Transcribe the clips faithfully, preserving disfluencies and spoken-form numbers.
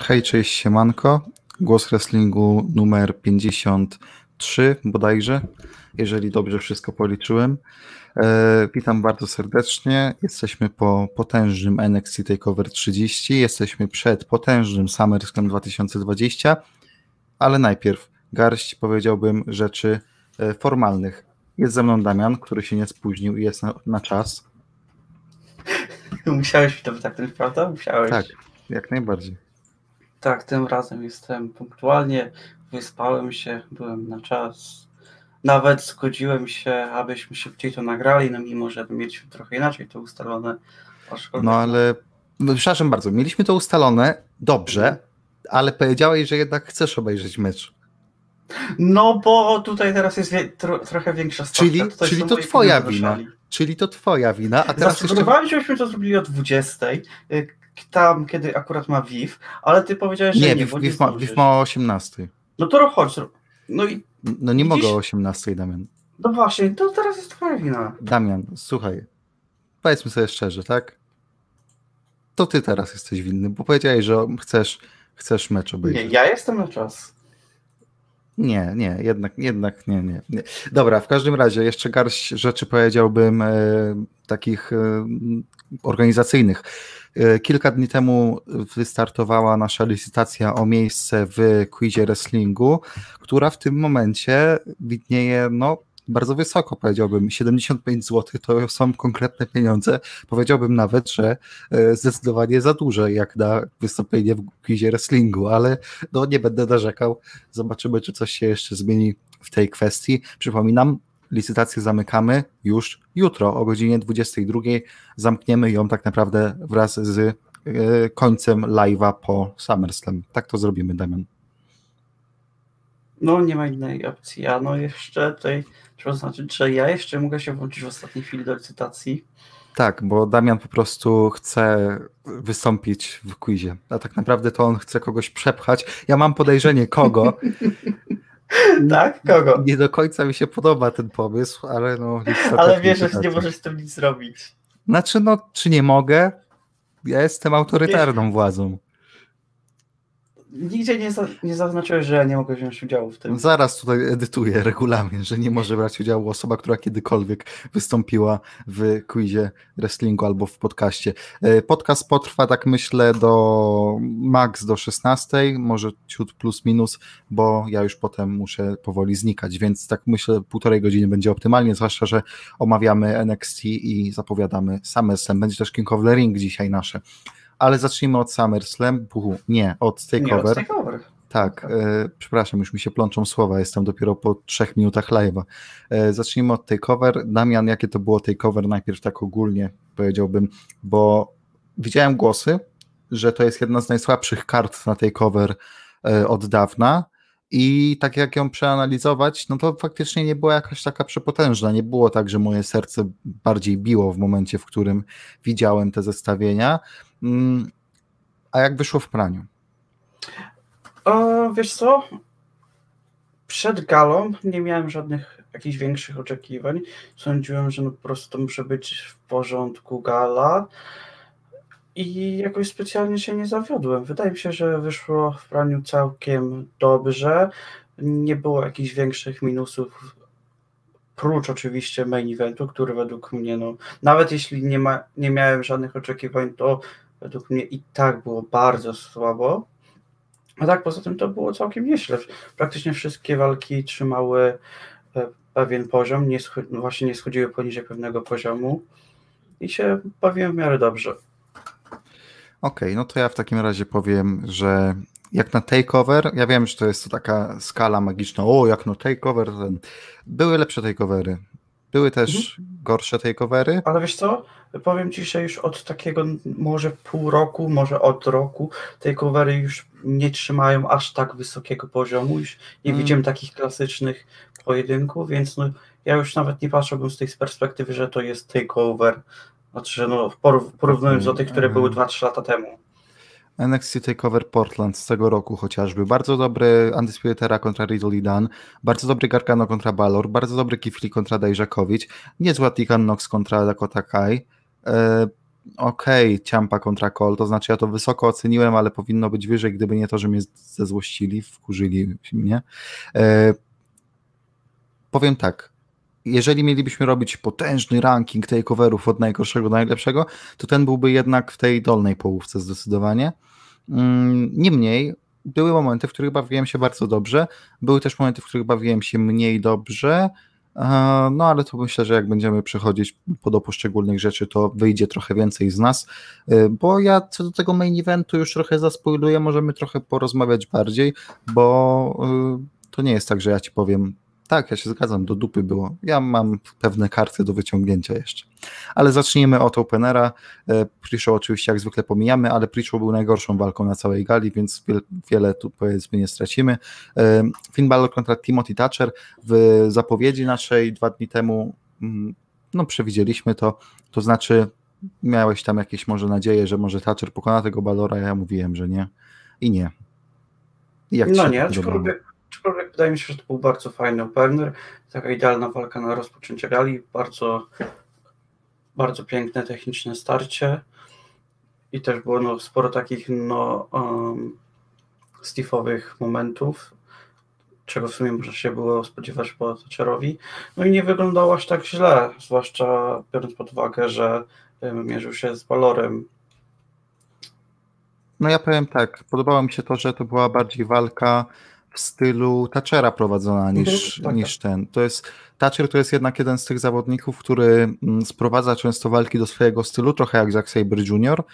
Hej, cześć, siemanko. Głos wrestlingu numer pięćdziesiąt trzy bodajże, jeżeli dobrze wszystko policzyłem. E, witam bardzo serdecznie. Jesteśmy po potężnym N X T TakeOver trzydzieści. Jesteśmy przed potężnym SummerSlam dwa tysiące dwadzieścia, ale najpierw garść, powiedziałbym, rzeczy e, formalnych. Jest ze mną Damian, który się nie spóźnił i jest na, na czas. Musiałeś mi to wytaknąć, prawda? Musiałeś. Tak, jak najbardziej. Tak, tym razem jestem punktualnie, wyspałem się, byłem na czas. Nawet zgodziłem się, abyśmy szybciej to nagrali, no mimo, że mieliśmy trochę inaczej to ustalone. No ale, no, przepraszam bardzo, mieliśmy to ustalone dobrze, mhm. ale powiedziałeś, że jednak chcesz obejrzeć mecz. No bo tutaj teraz jest wie, tro, trochę większa stawka. Czyli, Tutaj czyli to twoja wina. Czyli to twoja wina. A teraz Zasugerowałem, jeszcze... żebyśmy to zrobili o dwudziestej, tam kiedy akurat ma V I V, ale ty powiedziałeś, że nie, nie, V I V ma, V I V ma o osiemnastej. No to chodź. No i No nie widzisz? Mogę o osiemnastej, Damian. No właśnie, to teraz jest twoja wina. Damian, słuchaj, powiedzmy sobie szczerze, tak? To ty teraz jesteś winny, bo powiedziałeś, że chcesz, chcesz mecz obejrzeć. Nie, ja jestem na czas. Nie, nie, jednak, jednak nie, nie, nie. Dobra, w każdym razie jeszcze garść rzeczy powiedziałbym e, takich e, organizacyjnych. E, kilka dni temu wystartowała nasza licytacja o miejsce w quizie wrestlingu, która w tym momencie widnieje, no, bardzo wysoko, powiedziałbym. siedemdziesiąt pięć złotych to są konkretne pieniądze. Powiedziałbym nawet, że zdecydowanie za duże jak na wystąpienie w quizie wrestlingu, ale no nie będę narzekał. Zobaczymy, czy coś się jeszcze zmieni w tej kwestii. Przypominam, licytację zamykamy już jutro o godzinie dwudziestej drugiej. Zamkniemy ją tak naprawdę wraz z końcem live'a po SummerSlam. Tak to zrobimy, Damian. No nie ma innej opcji, a no jeszcze tutaj trzeba zaznaczyć, że ja jeszcze mogę się włączyć w ostatniej chwili do licytacji. Tak, bo Damian po prostu chce wystąpić w quizie, a tak naprawdę to on chce kogoś przepchać. Ja mam podejrzenie kogo. Tak? Kogo? Nie do końca mi się podoba ten pomysł, ale no... Ale wiesz, że nie możesz z tym nic zrobić. Znaczy no, czy nie mogę? Ja jestem autorytarną wiesz, władzą. Nigdzie nie, za, nie zaznaczyłeś, że ja nie mogę wziąć udziału w tym. Zaraz tutaj edytuję regulamin, że nie może brać udziału osoba, która kiedykolwiek wystąpiła w quizie wrestlingu albo w podcaście. Podcast potrwa, tak myślę, do max do szesnastej, może ciut plus minus, bo ja już potem muszę powoli znikać, więc tak myślę, półtorej godziny będzie optymalnie, zwłaszcza, że omawiamy N X T i zapowiadamy SummerSlam. Będzie też King of the Ring dzisiaj nasze. Ale zacznijmy od SummerSlam. Puhu, nie, od TakeOver. Nie, od TakeOver. Tak, e, przepraszam, już mi się plączą słowa, jestem dopiero po trzech minutach live'a. E, zacznijmy od TakeOver. Damian, jakie to było TakeOver? Najpierw tak ogólnie powiedziałbym, bo widziałem głosy, że to jest jedna z najsłabszych kart na TakeOver e, od dawna i tak jak ją przeanalizować, no to faktycznie nie była jakaś taka przepotężna. Nie było tak, że moje serce bardziej biło w momencie, w którym widziałem te zestawienia. A jak wyszło w praniu? O, wiesz co? Przed galą nie miałem żadnych jakichś większych oczekiwań. Sądziłem, że no po prostu to muszę być w porządku gala i jakoś specjalnie się nie zawiodłem. Wydaje mi się, że wyszło w praniu całkiem dobrze. Nie było jakichś większych minusów, prócz oczywiście main eventu, który według mnie, no nawet jeśli nie, ma, nie miałem żadnych oczekiwań, to według mnie i tak było bardzo słabo. A tak poza tym to było całkiem nieźle. Praktycznie wszystkie walki trzymały pewien poziom, nie scho- no właśnie nie schodziły poniżej pewnego poziomu i się bawiłem w miarę dobrze. Okej, okay, no to ja w takim razie powiem, że jak na TakeOver, ja wiem, że to jest to taka skala magiczna, o jak no TakeOver, ten... były lepsze TakeOvery, były też mhm. gorsze TakeOvery. Ale wiesz co, powiem Ci, że już od takiego może pół roku, może od roku TakeOvery już nie trzymają aż tak wysokiego poziomu, już nie hmm. widziałem takich klasycznych pojedynków, więc no, ja już nawet nie patrzyłbym z tej perspektywy, że to jest TakeOver, znaczy, że no, porównując do tych, które były dwa trzy lata temu. N X T TakeOver Portland z tego roku chociażby. Bardzo dobry Undisputed Era kontra Riddle i Dunn, bardzo dobry Gargano kontra Balor, bardzo dobry Keith Lee kontra Dijakovic, niezła Tegan Nox kontra Dakota Kai. okej, okay, Ciampa kontra Cole, to znaczy ja to wysoko oceniłem, ale powinno być wyżej, gdyby nie to, że mnie zezłościli, wkurzyli mnie. E, powiem tak, jeżeli mielibyśmy robić potężny ranking takeoverów od najgorszego do najlepszego, to ten byłby jednak w tej dolnej połówce zdecydowanie. Niemniej były momenty, w których bawiłem się bardzo dobrze, były też momenty, w których bawiłem się mniej dobrze, no ale to myślę, że jak będziemy przechodzić do poszczególnych rzeczy, to wyjdzie trochę więcej z nas, bo ja co do tego main eventu już trochę zaspoiluję, możemy trochę porozmawiać bardziej, bo to nie jest tak, że ja ci powiem, tak, ja się zgadzam, do dupy było. Ja mam pewne karty do wyciągnięcia jeszcze. Ale zacznijmy od Openera. Pre-show oczywiście jak zwykle pomijamy, ale pre-show był najgorszą walką na całej gali, więc wiele tu powiedzmy nie stracimy. Finn Balor kontra Timothy Thatcher. W zapowiedzi naszej dwa dni temu no przewidzieliśmy to, to znaczy miałeś tam jakieś może nadzieję, że może Thatcher pokona tego Balora, ja mówiłem, że nie. I nie. I jak no nie, aczkolwiek Aczkolwiek wydaje mi się, że to był bardzo fajny opener, taka idealna walka na rozpoczęcie gali, bardzo, bardzo piękne techniczne starcie i też było no, sporo takich no, um, stifowych momentów, czego w sumie można się było spodziewać po Thatcherowi. No i nie wyglądało aż tak źle, zwłaszcza biorąc pod uwagę, że um, mierzył się z Balorem. No ja powiem tak, podobało mi się to, że to była bardziej walka w stylu Thatchera prowadzona niż, mhm, tak, niż ten. To jest, Thatcher to jest jednak jeden z tych zawodników, który sprowadza często walki do swojego stylu, trochę jak Zack Sabre junior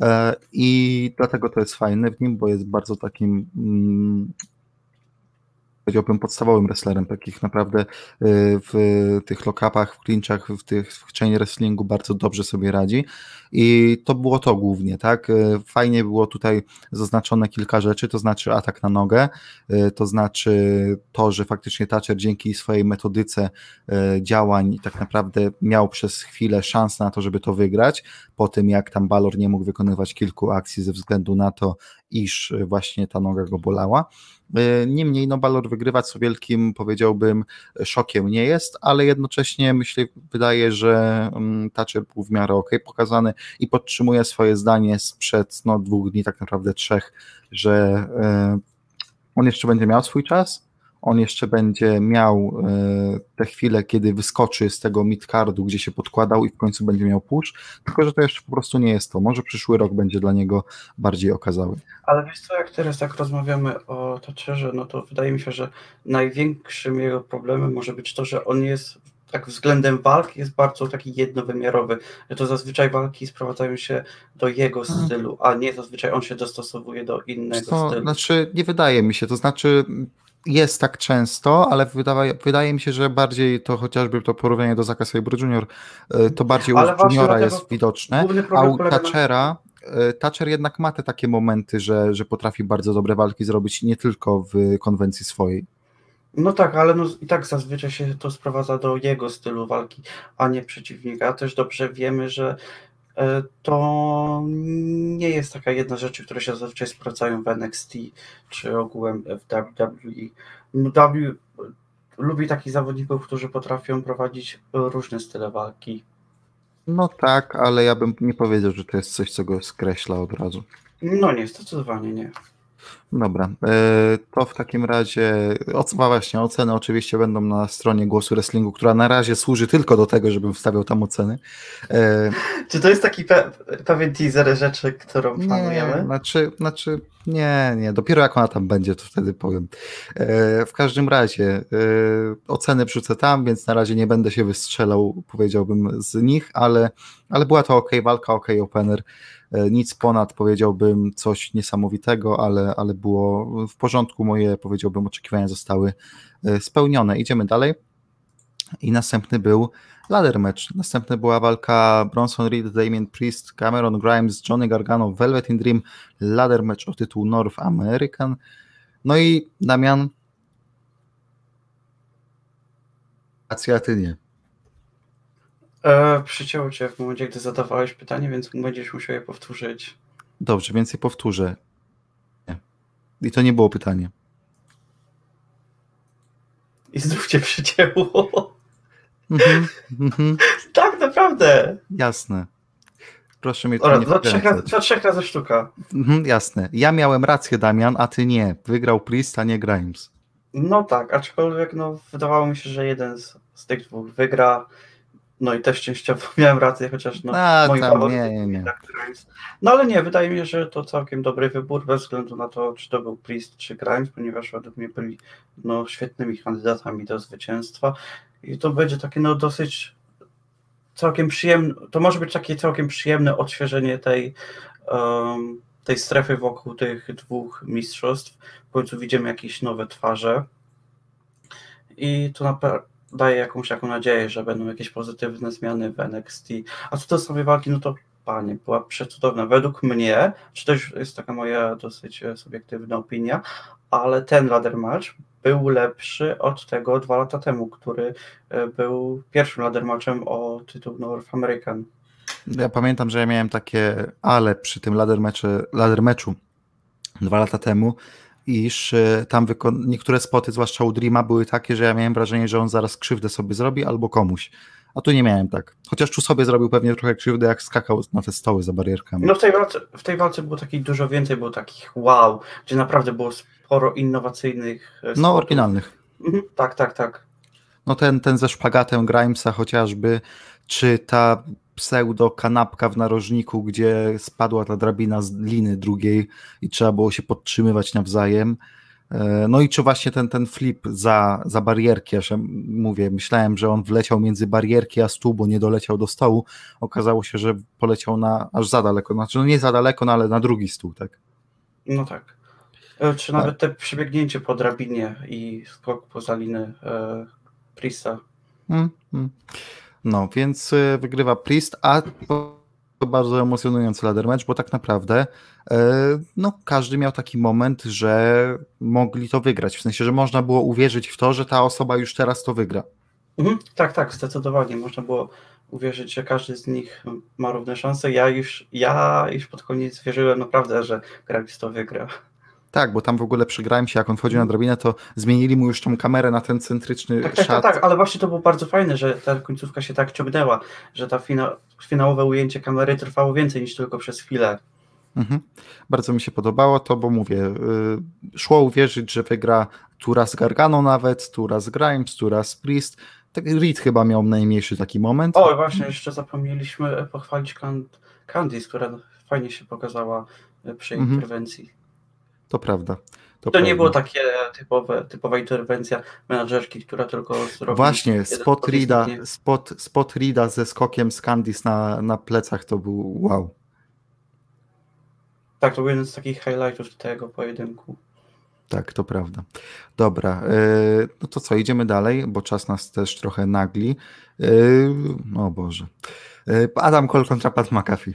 i dlatego to jest fajne w nim, bo jest bardzo takim mm, powiedziałbym podstawowym wrestlerem, takich naprawdę w tych lock-upach, w clinchach, w tych w chain wrestlingu bardzo dobrze sobie radzi i to było to głównie, tak? Fajnie było tutaj zaznaczone kilka rzeczy, to znaczy atak na nogę, to znaczy to, że faktycznie Thatcher dzięki swojej metodyce działań tak naprawdę miał przez chwilę szansę na to, żeby to wygrać, po tym jak tam Balor nie mógł wykonywać kilku akcji ze względu na to, iż właśnie ta noga go bolała. Niemniej no Balor wygrywać z wielkim, powiedziałbym, szokiem nie jest, ale jednocześnie myślę, wydaje, że Thatcher był w miarę okej pokazany i podtrzymuje swoje zdanie sprzed no, dwóch dni, tak naprawdę trzech, że on jeszcze będzie miał swój czas, on jeszcze będzie miał te chwile, kiedy wyskoczy z tego midcardu, gdzie się podkładał i w końcu będzie miał push, tylko że to jeszcze po prostu nie jest to. Może przyszły rok będzie dla niego bardziej okazały. Ale wiesz co, jak teraz tak rozmawiamy o Thatcherze, no to wydaje mi się, że największym jego problemem może być to, że on jest tak względem walk jest bardzo taki jednowymiarowy, że to zazwyczaj walki sprowadzają się do jego stylu, a nie zazwyczaj on się dostosowuje do innego to, stylu. Znaczy, nie wydaje mi się, to znaczy jest tak często, ale wydaje, wydaje mi się, że bardziej to chociażby to porównanie do Zacka Sabre junior, to bardziej ale u juniora jest widoczne, a u Thatchera Thatcher jednak ma te takie momenty, że, że potrafi bardzo dobre walki zrobić nie tylko w konwencji swojej. No tak, ale no i tak zazwyczaj się to sprowadza do jego stylu walki, a nie przeciwnika. Też dobrze wiemy, że to nie jest taka jedna rzecz, które się zazwyczaj sprawdzają w N X T czy ogółem w W W E. No W lubi takich zawodników, którzy potrafią prowadzić różne style walki. No tak, ale ja bym nie powiedział, że to jest coś, co go skreśla od razu. No nie, zdecydowanie nie. Dobra, to w takim razie właśnie oceny oczywiście będą na stronie Głosu Wrestlingu, która na razie służy tylko do tego, żebym wstawiał tam oceny. Czy to jest taki pe pewien teaser rzeczy, którą nie, planujemy? Znaczy, znaczy nie, nie, dopiero jak ona tam będzie, to wtedy powiem. W każdym razie oceny wrzucę tam, więc na razie nie będę się wystrzelał, powiedziałbym, z nich, ale, ale była to ok walka, ok opener. Nic ponad, powiedziałbym, coś niesamowitego, ale, ale było w porządku, moje, powiedziałbym, oczekiwania zostały spełnione. Idziemy dalej i następny był ladder match. Następna była walka Bronson Reed, Damian Priest, Cameron Grimes, Johnny Gargano, Velvet in Dream, ladder match o tytuł North American. No i Damian, racja, ty nie. E, przycięło cię w momencie, gdy zadawałeś pytanie, więc będziesz musiał je powtórzyć. Dobrze, więc je powtórzę. Nie. I to nie było pytanie. I znów cię przycięło. Mm-hmm, mm-hmm. Tak, naprawdę. Jasne. Proszę mnie tu Dobra, nie do trzech, razy, wkręcać. do trzech razy sztuka. Mhm, jasne. Ja miałem rację, Damian, a ty nie. Wygrał Priest, a nie Grimes. No tak, aczkolwiek no, wydawało mi się, że jeden z, z tych dwóch wygra. No i też częściowo miałem rację, chociaż no, A, mój tam faworyt nie, nie, nie. tak Grimes. No ale nie, wydaje mi się, że to całkiem dobry wybór, bez względu na to, czy to był Priest, czy Grimes, ponieważ według mnie byli no, świetnymi kandydatami do zwycięstwa. I to będzie takie no dosyć całkiem przyjemne, to może być takie całkiem przyjemne odświeżenie tej, um, tej strefy wokół tych dwóch mistrzostw. W końcu widzimy jakieś nowe twarze i to naprawdę daje jakąś taką nadzieję, że będą jakieś pozytywne zmiany w N X T. A co do samej walki, no to panie, była przecudowna. Według mnie, czy też jest taka moja dosyć subiektywna opinia, ale ten ladder match był lepszy od tego dwa lata temu, który był pierwszym ladder matchem o tytuł North American. Ja pamiętam, że ja miałem takie ale przy tym ladder, mecze, ladder meczu dwa lata temu, iż tam wykon- niektóre spoty, zwłaszcza u Dreama, były takie, że ja miałem wrażenie, że on zaraz krzywdę sobie zrobi albo komuś. A tu nie miałem tak. Chociaż tu sobie zrobił pewnie trochę krzywdę, jak skakał na te stoły za barierkami. No w tej walce, w tej walce było takich dużo więcej, było takich wow, gdzie naprawdę było sporo innowacyjnych spotów. No, oryginalnych. Mhm, tak, tak, tak. No ten, ten ze szpagatem Grimesa chociażby, czy ta pseudo kanapka w narożniku, gdzie spadła ta drabina z liny drugiej i trzeba było się podtrzymywać nawzajem. No i czy właśnie ten, ten flip za, za barierki, ja się mówię, myślałem, że on wleciał między barierki a stół, bo nie doleciał do stołu. Okazało się, że poleciał na aż za daleko, znaczy no nie za daleko, no ale na drugi stół, tak? No tak. Czy nawet te przebiegnięcie po drabinie i skok poza linę e, Priesta. Mm, mm. No, więc wygrywa Priest, a to bardzo emocjonujący ladder match, bo tak naprawdę no, każdy miał taki moment, że mogli to wygrać, w sensie, że można było uwierzyć w to, że ta osoba już teraz to wygra. Mhm, tak, tak, zdecydowanie. Można było uwierzyć, że każdy z nich ma równe szanse. Ja już, ja już pod koniec wierzyłem naprawdę, że Grimes to wygra. Tak, bo tam w ogóle przy Grimesie, jak on wchodził na drabinę, to zmienili mu już tą kamerę na ten centryczny tak, tak, szat. Tak, tak, ale właśnie to było bardzo fajne, że ta końcówka się tak ciągnęła, że ta fina, finałowe ujęcie kamery trwało więcej niż tylko przez chwilę. Mhm. Bardzo mi się podobało to, bo mówię, yy, szło uwierzyć, że wygra tu raz Gargano nawet, tu raz Grimes, tu raz Priest. Tak, Reed chyba miał najmniejszy taki moment. O, właśnie, jeszcze zapomnieliśmy pochwalić Candice, która fajnie się pokazała przy mhm. interwencji. To prawda. To, to prawda. nie było takie typowe, typowa interwencja menadżerki, która tylko zrobi... Właśnie, spot Reeda, spot, spot Reeda ze skokiem z Candice na, na plecach to był wow. Tak, to był jeden z takich highlightów tego pojedynku. Tak, to prawda. Dobra, yy, no to co, idziemy dalej, bo czas nas też trochę nagli. Yy, o Boże. Yy, Adam Cole kontra Pat McAfee.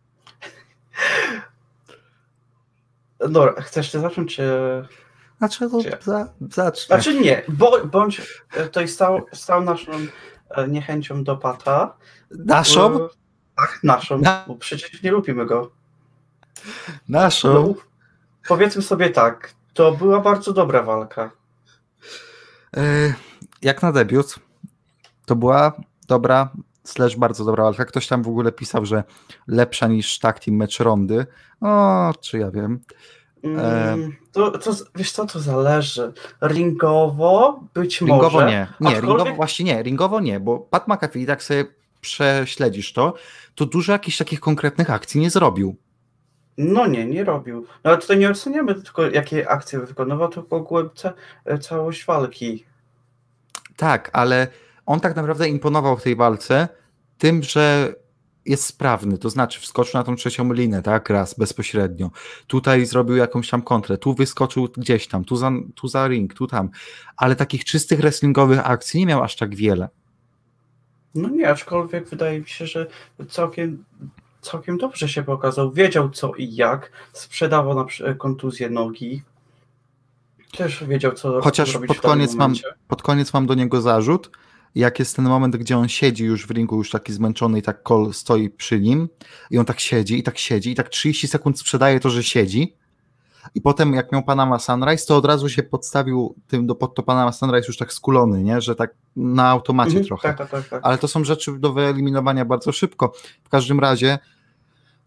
Dobra, chcesz ty zacząć, czy... Znaczy, to czy... za, zacznę. Znaczy nie, bo, bądź tutaj stał, stał naszą niechęcią do Pata. Naszą? Yy, tak, naszą, Na... bo przecież nie lubimy go. Naszą? No, powiedzmy sobie tak, to była bardzo dobra walka. Yy, jak na debiut, to była dobra, slash bardzo dobra walka. Ktoś tam w ogóle pisał, że lepsza niż tag team mecz rondy. O, czy ja wiem. Mm, to, to, wiesz co, to zależy. Ringowo być ringowo może. Nie, nie aczkolwiek... ringowo właśnie nie, ringowo nie, bo Pat McAfee, tak sobie prześledzisz to, to dużo jakichś takich konkretnych akcji nie zrobił. No nie, nie robił. No ale tutaj nie oceniamy tylko, jakie akcje wykonywał, tylko ogółem ca całość walki. Tak, ale on tak naprawdę imponował w tej walce tym, że jest sprawny, to znaczy wskoczył na tą trzecią linę, tak, raz bezpośrednio. Tutaj zrobił jakąś tam kontrę, tu wyskoczył gdzieś tam, tu za, tu za ring, tu tam, ale takich czystych wrestlingowych akcji nie miał aż tak wiele. No nie, aczkolwiek wydaje mi się, że całkiem, całkiem dobrze się pokazał. Wiedział co i jak, sprzedawał na przykład kontuzję nogi. Też wiedział co Chociaż robić pod koniec mam, pod koniec mam do niego zarzut, jak jest ten moment, gdzie on siedzi już w ringu, już taki zmęczony i tak Cole stoi przy nim i on tak siedzi i tak siedzi i tak trzydzieści sekund sprzedaje to, że siedzi i potem jak miał Panama Sunrise, to od razu się podstawił tym do pod to Panama Sunrise już tak skulony, nie? Że tak na automacie mhm, trochę. tak, tak, tak, tak. Ale to są rzeczy do wyeliminowania bardzo szybko. W każdym razie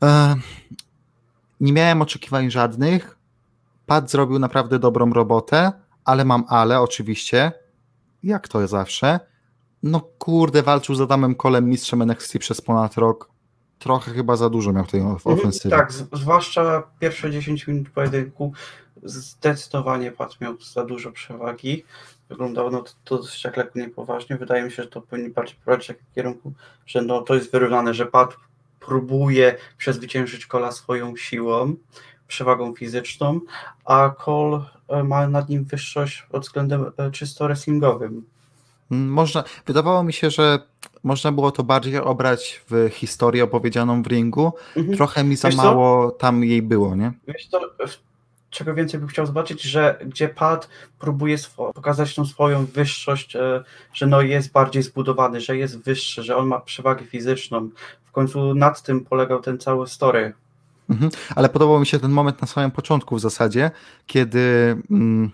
E, nie miałem oczekiwań żadnych. Pat zrobił naprawdę dobrą robotę, ale mam ale oczywiście, jak to zawsze. No kurde, walczył z Adamem Colem, mistrzem N X T przez ponad rok. Trochę chyba za dużo miał tej ofensywy. Tak, z, zwłaszcza pierwsze dziesięć minut pojedynku zdecydowanie Pat miał za dużo przewagi. Wyglądało no, to, to dosyć jak lekko niepoważnie. Wydaje mi się, że to powinni bardziej prowadzić w takim kierunku, że no, to jest wyrównane, że Pat próbuje przezwyciężyć Cola swoją siłą, przewagą fizyczną, a Cole ma nad nim wyższość pod względem czysto wrestlingowym. Można, wydawało mi się, że można było to bardziej obrać w historię opowiedzianą w ringu. Mhm. Trochę mi za Wiesz mało co? tam jej było, nie? Wiesz co, czego więcej bym chciał zobaczyć, że gdzie Pat próbuje swo- pokazać tą swoją wyższość, e, że no jest bardziej zbudowany, że jest wyższy, że on ma przewagę fizyczną. W końcu nad tym polegał ten cały story. Mhm. Ale podobał mi się ten moment na samym początku w zasadzie, kiedy mm,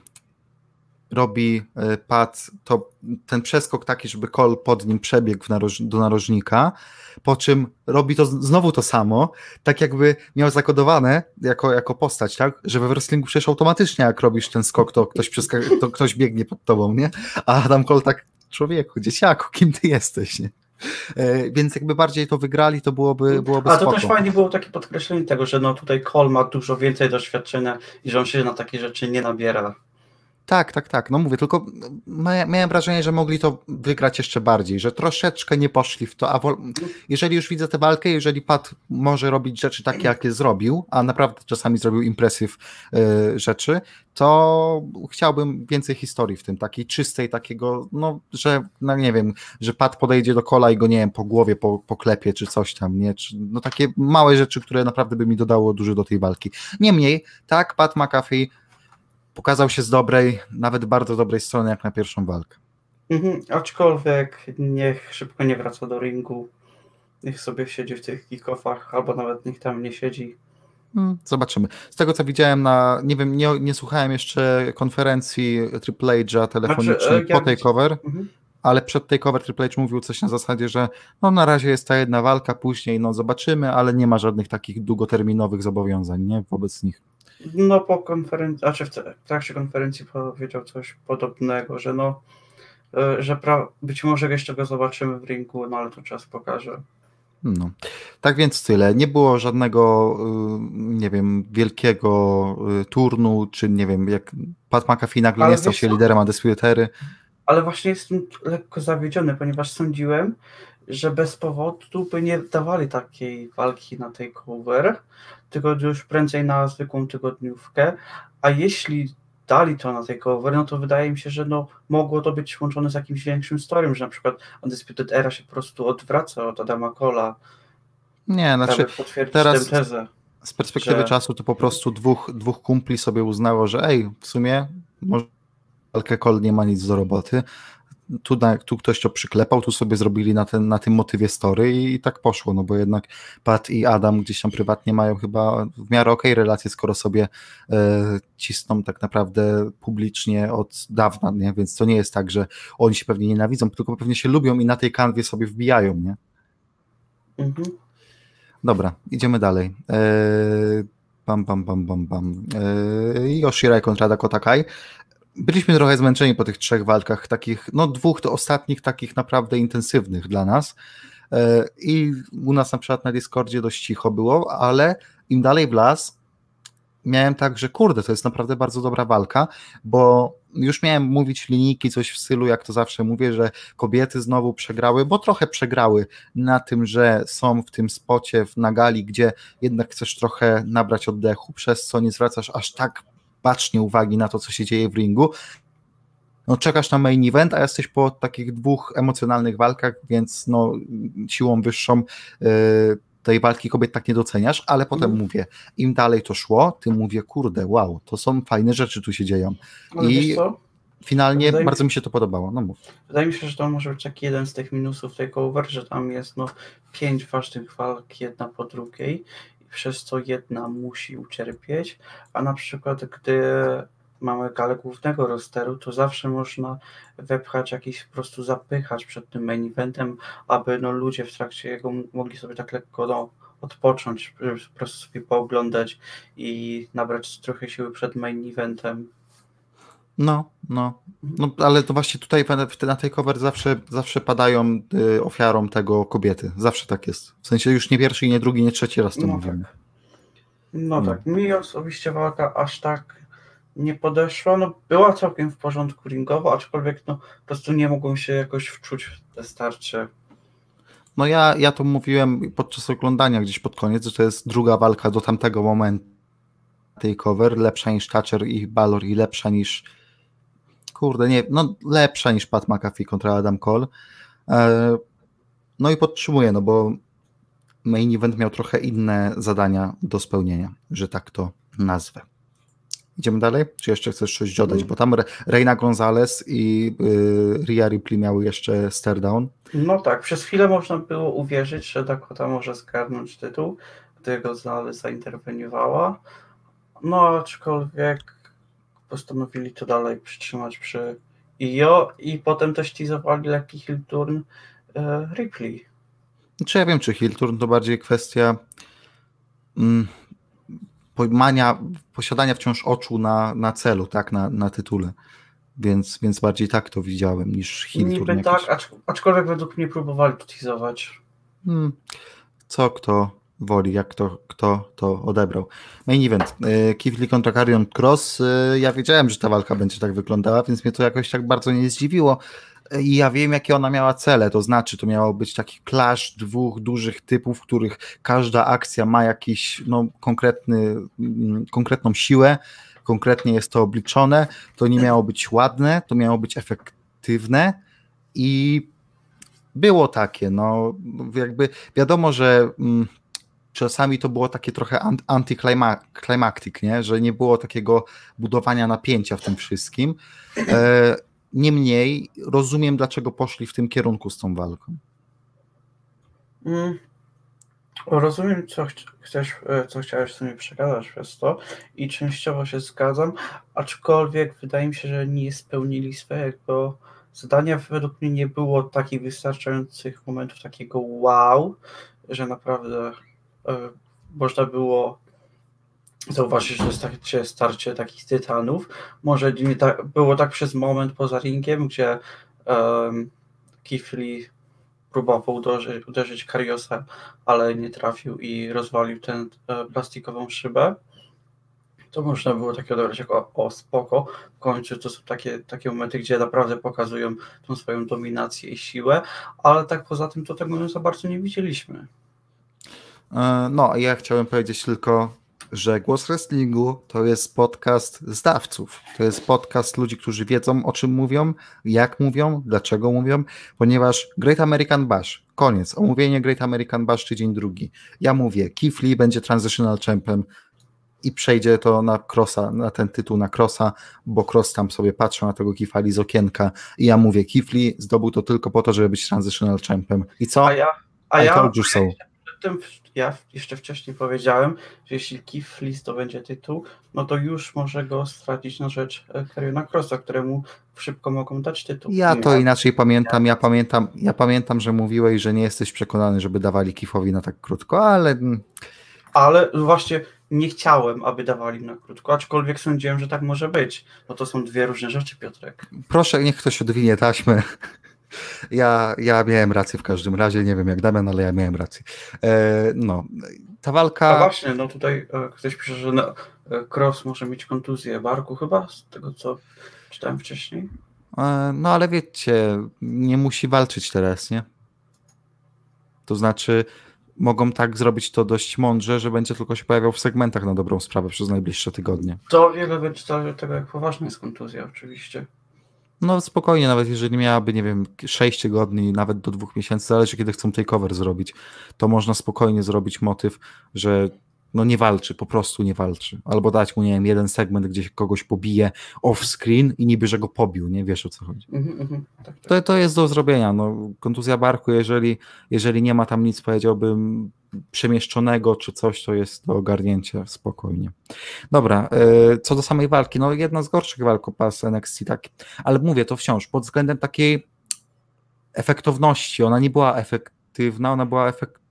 robi y, Pat to, ten przeskok taki, żeby Cole pod nim przebiegł w naroż, do narożnika, po czym robi to znowu to samo, tak jakby miał zakodowane jako, jako postać, tak, że we wrestlingu przecież automatycznie jak robisz ten skok, to ktoś, przeska- to ktoś biegnie pod tobą, nie? A Adam Cole tak, człowieku, dzieciaku, kim ty jesteś, nie? E, więc jakby bardziej to wygrali, to byłoby, byłoby A to spoko. też fajnie było takie podkreślenie tego, że no tutaj Cole ma dużo więcej doświadczenia i że on się na takie rzeczy nie nabiera. Tak, tak, tak. No mówię, tylko miałem wrażenie, że mogli to wygrać jeszcze bardziej, że troszeczkę nie poszli w to, a wol... jeżeli już widzę tę walkę, jeżeli Pat może robić rzeczy takie, jakie zrobił, a naprawdę czasami zrobił impresyw y, rzeczy, to chciałbym więcej historii w tym, takiej czystej, takiego, no, że, no nie wiem, że Pat podejdzie do Cola i go, nie wiem, po głowie po, poklepie, czy coś tam, nie? Czy, no takie małe rzeczy, które naprawdę by mi dodało dużo do tej walki. Niemniej, tak, Pat McAfee pokazał się z dobrej, nawet bardzo dobrej strony, jak na pierwszą walkę. Mhm, aczkolwiek niech szybko nie wraca do ringu, niech sobie siedzi w tych kick-offach, albo nawet niech tam nie siedzi. Hmm, zobaczymy. Z tego, co widziałem na, nie wiem, nie, nie słuchałem jeszcze konferencji Triple H'a telefonicznej Znaczy, po takeover, mhm. ale przed takeover Triple H mówił coś na zasadzie, że no na razie jest ta jedna walka, później no zobaczymy, ale nie ma żadnych takich długoterminowych zobowiązań, nie, wobec nich. No po konferencji, znaczy w trakcie konferencji powiedział coś podobnego, że no, że pra- być może jeszcze go zobaczymy w ringu, no ale to czas pokaże. No. Tak więc tyle. Nie było żadnego, nie wiem, wielkiego turnu, czy nie wiem, jak Pat McAfee nagle Ale nie stał wiesz się co? liderem Undisputed. Ale właśnie jestem lekko zawiedziony, ponieważ sądziłem, że bez powodu by nie dawali takiej walki na takeover, tylko już prędzej na zwykłą tygodniówkę, a jeśli dali to na takeover, no to wydaje mi się, że no, mogło to być łączone z jakimś większym storym, że na przykład Undisputed Era się po prostu odwraca od Adama Cole'a. Nie, znaczy potwierdzić teraz tę tezę. z perspektywy że... czasu to po prostu dwóch, dwóch kumpli sobie uznało, że ej, w sumie może walkę Cole nie ma nic do roboty. Tu, na, tu ktoś to przyklepał, tu sobie zrobili na, ten, na tym motywie story i, i tak poszło, no bo jednak Pat i Adam gdzieś tam prywatnie mają chyba w miarę okej relacje, skoro sobie e, cisną tak naprawdę publicznie od dawna, nie? Więc to nie jest tak, że oni się pewnie nienawidzą, tylko pewnie się lubią i na tej kanwie sobie wbijają, nie? Mhm. Dobra, idziemy dalej. E, bam, bam, bam, bam, bam. E, Yoshirai kontra Dakota Kai. Byliśmy trochę zmęczeni po tych trzech walkach, takich, no dwóch to ostatnich takich naprawdę intensywnych dla nas i u nas na przykład na Discordzie dość cicho było, ale im dalej w las miałem tak, że kurde, to jest naprawdę bardzo dobra walka, bo już miałem mówić linijki, coś w stylu, jak to zawsze mówię, że kobiety znowu przegrały, bo trochę przegrały na tym, że są w tym spocie na gali, gdzie jednak chcesz trochę nabrać oddechu, przez co nie zwracasz aż tak bacznie uwagi na to, co się dzieje w ringu. No, czekasz na main event, a jesteś po takich dwóch emocjonalnych walkach, więc no, siłą wyższą yy, tej walki kobiet tak nie doceniasz, ale potem Mm. mówię, im dalej to szło, tym mówię, kurde, wow, to są fajne rzeczy tu się dzieją. Ale I co? finalnie Wydaje bardzo mi... mi się to podobało. No mów. Wydaje mi się, że to może być taki jeden z tych minusów takeover, że tam jest no, pięć ważnych walk, jedna po drugiej, i przez co jedna musi ucierpieć, a na przykład gdy mamy galę głównego rosteru, to zawsze można wepchać jakiś po prostu zapychacz przed tym main eventem, aby no, ludzie w trakcie jego mogli sobie tak lekko no, odpocząć, żeby po prostu sobie pooglądać i nabrać trochę siły przed main eventem. No, no, no, ale to właśnie tutaj na tej cover zawsze, zawsze padają y, ofiarą tego kobiety. Zawsze tak jest. W sensie już nie pierwszy, nie drugi, nie trzeci raz to No mówimy. tak. No No. tak, mi osobiście walka aż tak nie podeszła. No, była całkiem w porządku ringowo, aczkolwiek no, po prostu nie mogłem się jakoś wczuć w te starcie. No ja, ja to mówiłem podczas oglądania gdzieś pod koniec, że to jest druga walka do tamtego momentu tej cover, lepsza niż Thatcher i Balor i lepsza niż kurde, nie, no lepsza niż Pat McAfee kontra Adam Cole. E, no i podtrzymuję, no bo main event miał trochę inne zadania do spełnienia, że tak to nazwę. Idziemy dalej? Czy jeszcze chcesz coś dodać? Bo tam Reina Gonzalez i y, Rhea Ripley miały jeszcze stare down. No tak, przez chwilę można było uwierzyć, że Dakota może zgarnąć tytuł, gdy Gonzalez zainterweniowała. No aczkolwiek postanowili to dalej przytrzymać przy Io i potem też teasowali lekki heel turn e, Ripley. Czy ja wiem, czy heel turn to bardziej kwestia mm, mania, posiadania wciąż oczu na, na celu, tak, na, na tytule. Więc, więc bardziej tak to widziałem niż heel turn. Niby tak, acz, aczkolwiek według mnie próbowali to teasować. Hmm. Co kto woli, jak to, kto to odebrał. Main event. Keith Lee kontra Karrion Kross. Ja wiedziałem, że ta walka będzie tak wyglądała, więc mnie to jakoś tak bardzo nie zdziwiło. I ja wiem, jakie ona miała cele, to znaczy to miało być taki clash dwóch dużych typów, w których każda akcja ma jakiś no, konkretny, konkretną siłę, konkretnie jest to obliczone, to nie miało być ładne, to miało być efektywne i było takie, no jakby wiadomo, że mm, czasami to było takie trochę anticlimactic, nie? Że nie było takiego budowania napięcia w tym wszystkim. E, niemniej rozumiem, dlaczego poszli w tym kierunku z tą walką. Mm. Rozumiem, co, chcesz, co chciałeś sobie przekazać przez to i częściowo się zgadzam, aczkolwiek wydaje mi się, że nie spełnili swojego zadania. Według mnie nie było takich wystarczających momentów takiego wow, że naprawdę e, można było zauważyć, że starcie, starcie takich tytanów. Może nie tak, było tak przez moment poza ringiem, gdzie um, Keith Lee próbował uderzyć, uderzyć Kariosa, ale nie trafił i rozwalił tę e, plastikową szybę. To można było takie odebrać jako o spoko. W końcu to są takie, takie momenty, gdzie naprawdę pokazują tą swoją dominację i siłę, ale tak poza tym to tego za bardzo nie widzieliśmy. No, ja chciałem powiedzieć tylko, że Głos Wrestlingu to jest podcast zdawców. To jest podcast ludzi, którzy wiedzą, o czym mówią, jak mówią, dlaczego mówią, ponieważ Great American Bash, koniec, omówienie Great American Bash tydzień drugi. Ja mówię, Keith Lee będzie Transitional Champem i przejdzie to na Krossa, na ten tytuł na Krossa, bo Kross tam sobie patrzył na tego Keitha Lee z okienka i ja mówię, Keith Lee zdobył to tylko po to, żeby być Transitional Champem. I co? A ja, a I ja, told you so. Tym, ja jeszcze wcześniej powiedziałem, że jeśli Keith Lee zdobędzie tytuł, no to już może go stracić na rzecz Karriona Krossa, któremu szybko mogą dać tytuł. Ja to inaczej pamiętam. Ja pamiętam, ja pamiętam, że mówiłeś, że nie jesteś przekonany, żeby dawali Keithowi na tak krótko, ale... Ale właśnie nie chciałem, aby dawali na krótko, aczkolwiek sądziłem, że tak może być. No to są dwie różne rzeczy, Piotrek. Proszę, niech ktoś odwinie taśmę. Ja, ja miałem rację w każdym razie, nie wiem jak Damian, ale ja miałem rację. E, no, ta walka... A właśnie, no tutaj e, ktoś pisze, że no, e, Kross może mieć kontuzję barku chyba, z tego co czytałem wcześniej. E, no ale wiecie, nie musi walczyć teraz, nie? To znaczy mogą tak zrobić to dość mądrze, że będzie tylko się pojawiał w segmentach na dobrą sprawę przez najbliższe tygodnie. To wiele będzie zależy od tego, jak poważna jest kontuzja oczywiście. No spokojnie, nawet jeżeli miałaby, nie wiem, sześć tygodni, nawet do dwóch miesięcy, zależy kiedy chcą takeover zrobić, to można spokojnie zrobić motyw, że no nie walczy, po prostu nie walczy. Albo dać mu, nie wiem, jeden segment, gdzie kogoś pobije off-screen i niby, że go pobił, nie? Wiesz o co chodzi. Mm-hmm, mm-hmm, tak, tak. To, to jest do zrobienia. No, kontuzja barku, jeżeli, jeżeli nie ma tam nic, powiedziałbym, przemieszczonego czy coś, to jest do ogarnięcia spokojnie. Dobra, co do samej walki, no jedna z gorszych walk pas N X T, tak, ale mówię to wciąż, pod względem takiej efektowności, ona nie była efektywna, ona była efektywna,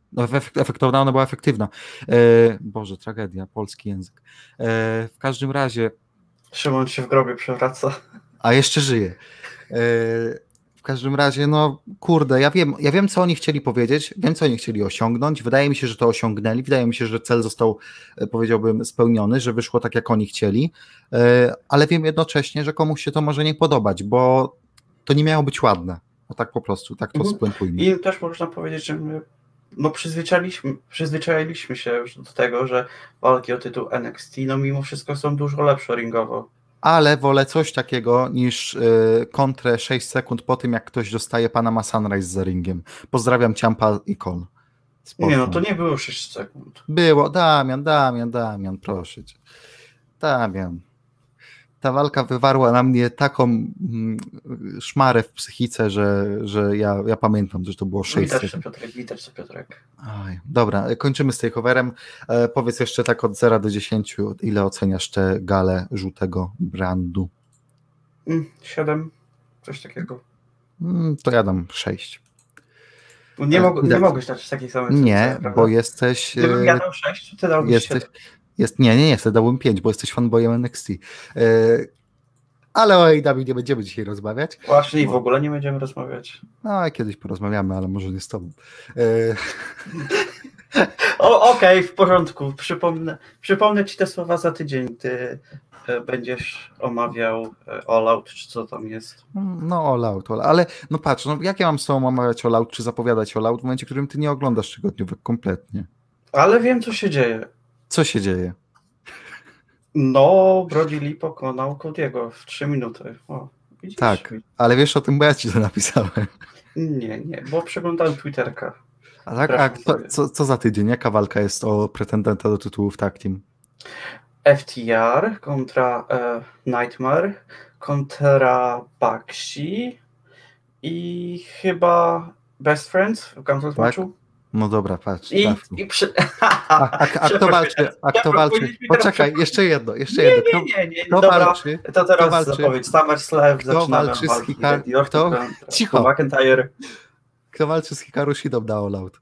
No, efekt, efektowna, ona była efektywna. E, Boże, tragedia, polski język. E, w każdym razie... Szymon się w grobie przewraca. A jeszcze żyje. E, w każdym razie, no kurde, ja wiem, ja wiem, co oni chcieli powiedzieć, wiem, co oni chcieli osiągnąć. Wydaje mi się, że to osiągnęli. Wydaje mi się, że cel został, powiedziałbym, spełniony, że wyszło tak, jak oni chcieli. E, ale wiem jednocześnie, że komuś się to może nie podobać, bo to nie miało być ładne. No tak po prostu, tak to Mhm. spuentujmy. I też można powiedzieć, że my no przyzwyczailiśmy, przyzwyczailiśmy się już do tego, że walki o tytuł N X T no mimo wszystko są dużo lepsze ringowo. Ale wolę coś takiego niż y, kontrę sześć sekund po tym, jak ktoś dostaje Panama Sunrise za ringiem. Pozdrawiam Ciampa i Cole. Nie no, to nie było sześć sekund. Było, Damian, Damian, Damian, proszę cię. Damian. Ta walka wywarła na mnie taką mm, szmarę w psychice, że, że ja, ja pamiętam, że to było sześć Widać to, sekund. Piotrek, widać to, Piotrek. Oj, dobra, kończymy z takeoverem. E, powiedz jeszcze tak od zera do dziesięciu, ile oceniasz tę galę żółtego brandu? Mm, siedem, coś takiego. Mm, to ja dam sześć. Nie, mog- nie mogłeś dać takiej samej oceny, Nie, prawda? bo jesteś... Gdybym ja dał sześć, to ty dałbyś jesteś, siedem. jest, nie, nie, nie, wtedy dałbym pięć, bo jesteś fanboyem N X T. Yy, ale o A E W nie będziemy dzisiaj rozmawiać. Właśnie i w ogóle nie będziemy rozmawiać. No, kiedyś porozmawiamy, ale może nie z tobą. Yy. O, okej, okay, w porządku. Przypomnę, przypomnę ci te słowa za tydzień. Ty e, będziesz omawiał e, All Out, czy co tam jest. No, All Out, all, ale no patrz, no, jak ja mam z tobą omawiać All Out, czy zapowiadać All Out w momencie, w którym ty nie oglądasz tygodniówek kompletnie? Ale wiem, co się dzieje. Co się dzieje? No, Brody Lee pokonał Cody'ego w trzy minuty. O, widzisz? Tak, ale wiesz o tym, bo ja ci to napisałem. Nie, nie, bo przeglądałem Twitterka. A tak, a co, co, co za tydzień? Jaka walka jest o pretendenta do tytułu w tag team? F T R kontra e, Nightmare, kontra Bakshi i chyba Best Friends w Gauntlet Tak? matchu. No dobra, patrz. I, i przy... a, a, a kto walczy? A kto walczy? Poczekaj, jeszcze jedno, jeszcze nie, jedno. Kto, nie, nie, nie. Kto Dobra, walczy? to teraz walczy? zapowiedź SummerSlam, Kto zaczynamy walczy z walki. Hikaru? Kto? Cicho. McIntyre. Kto walczy z Hikaru Shidą na All Out?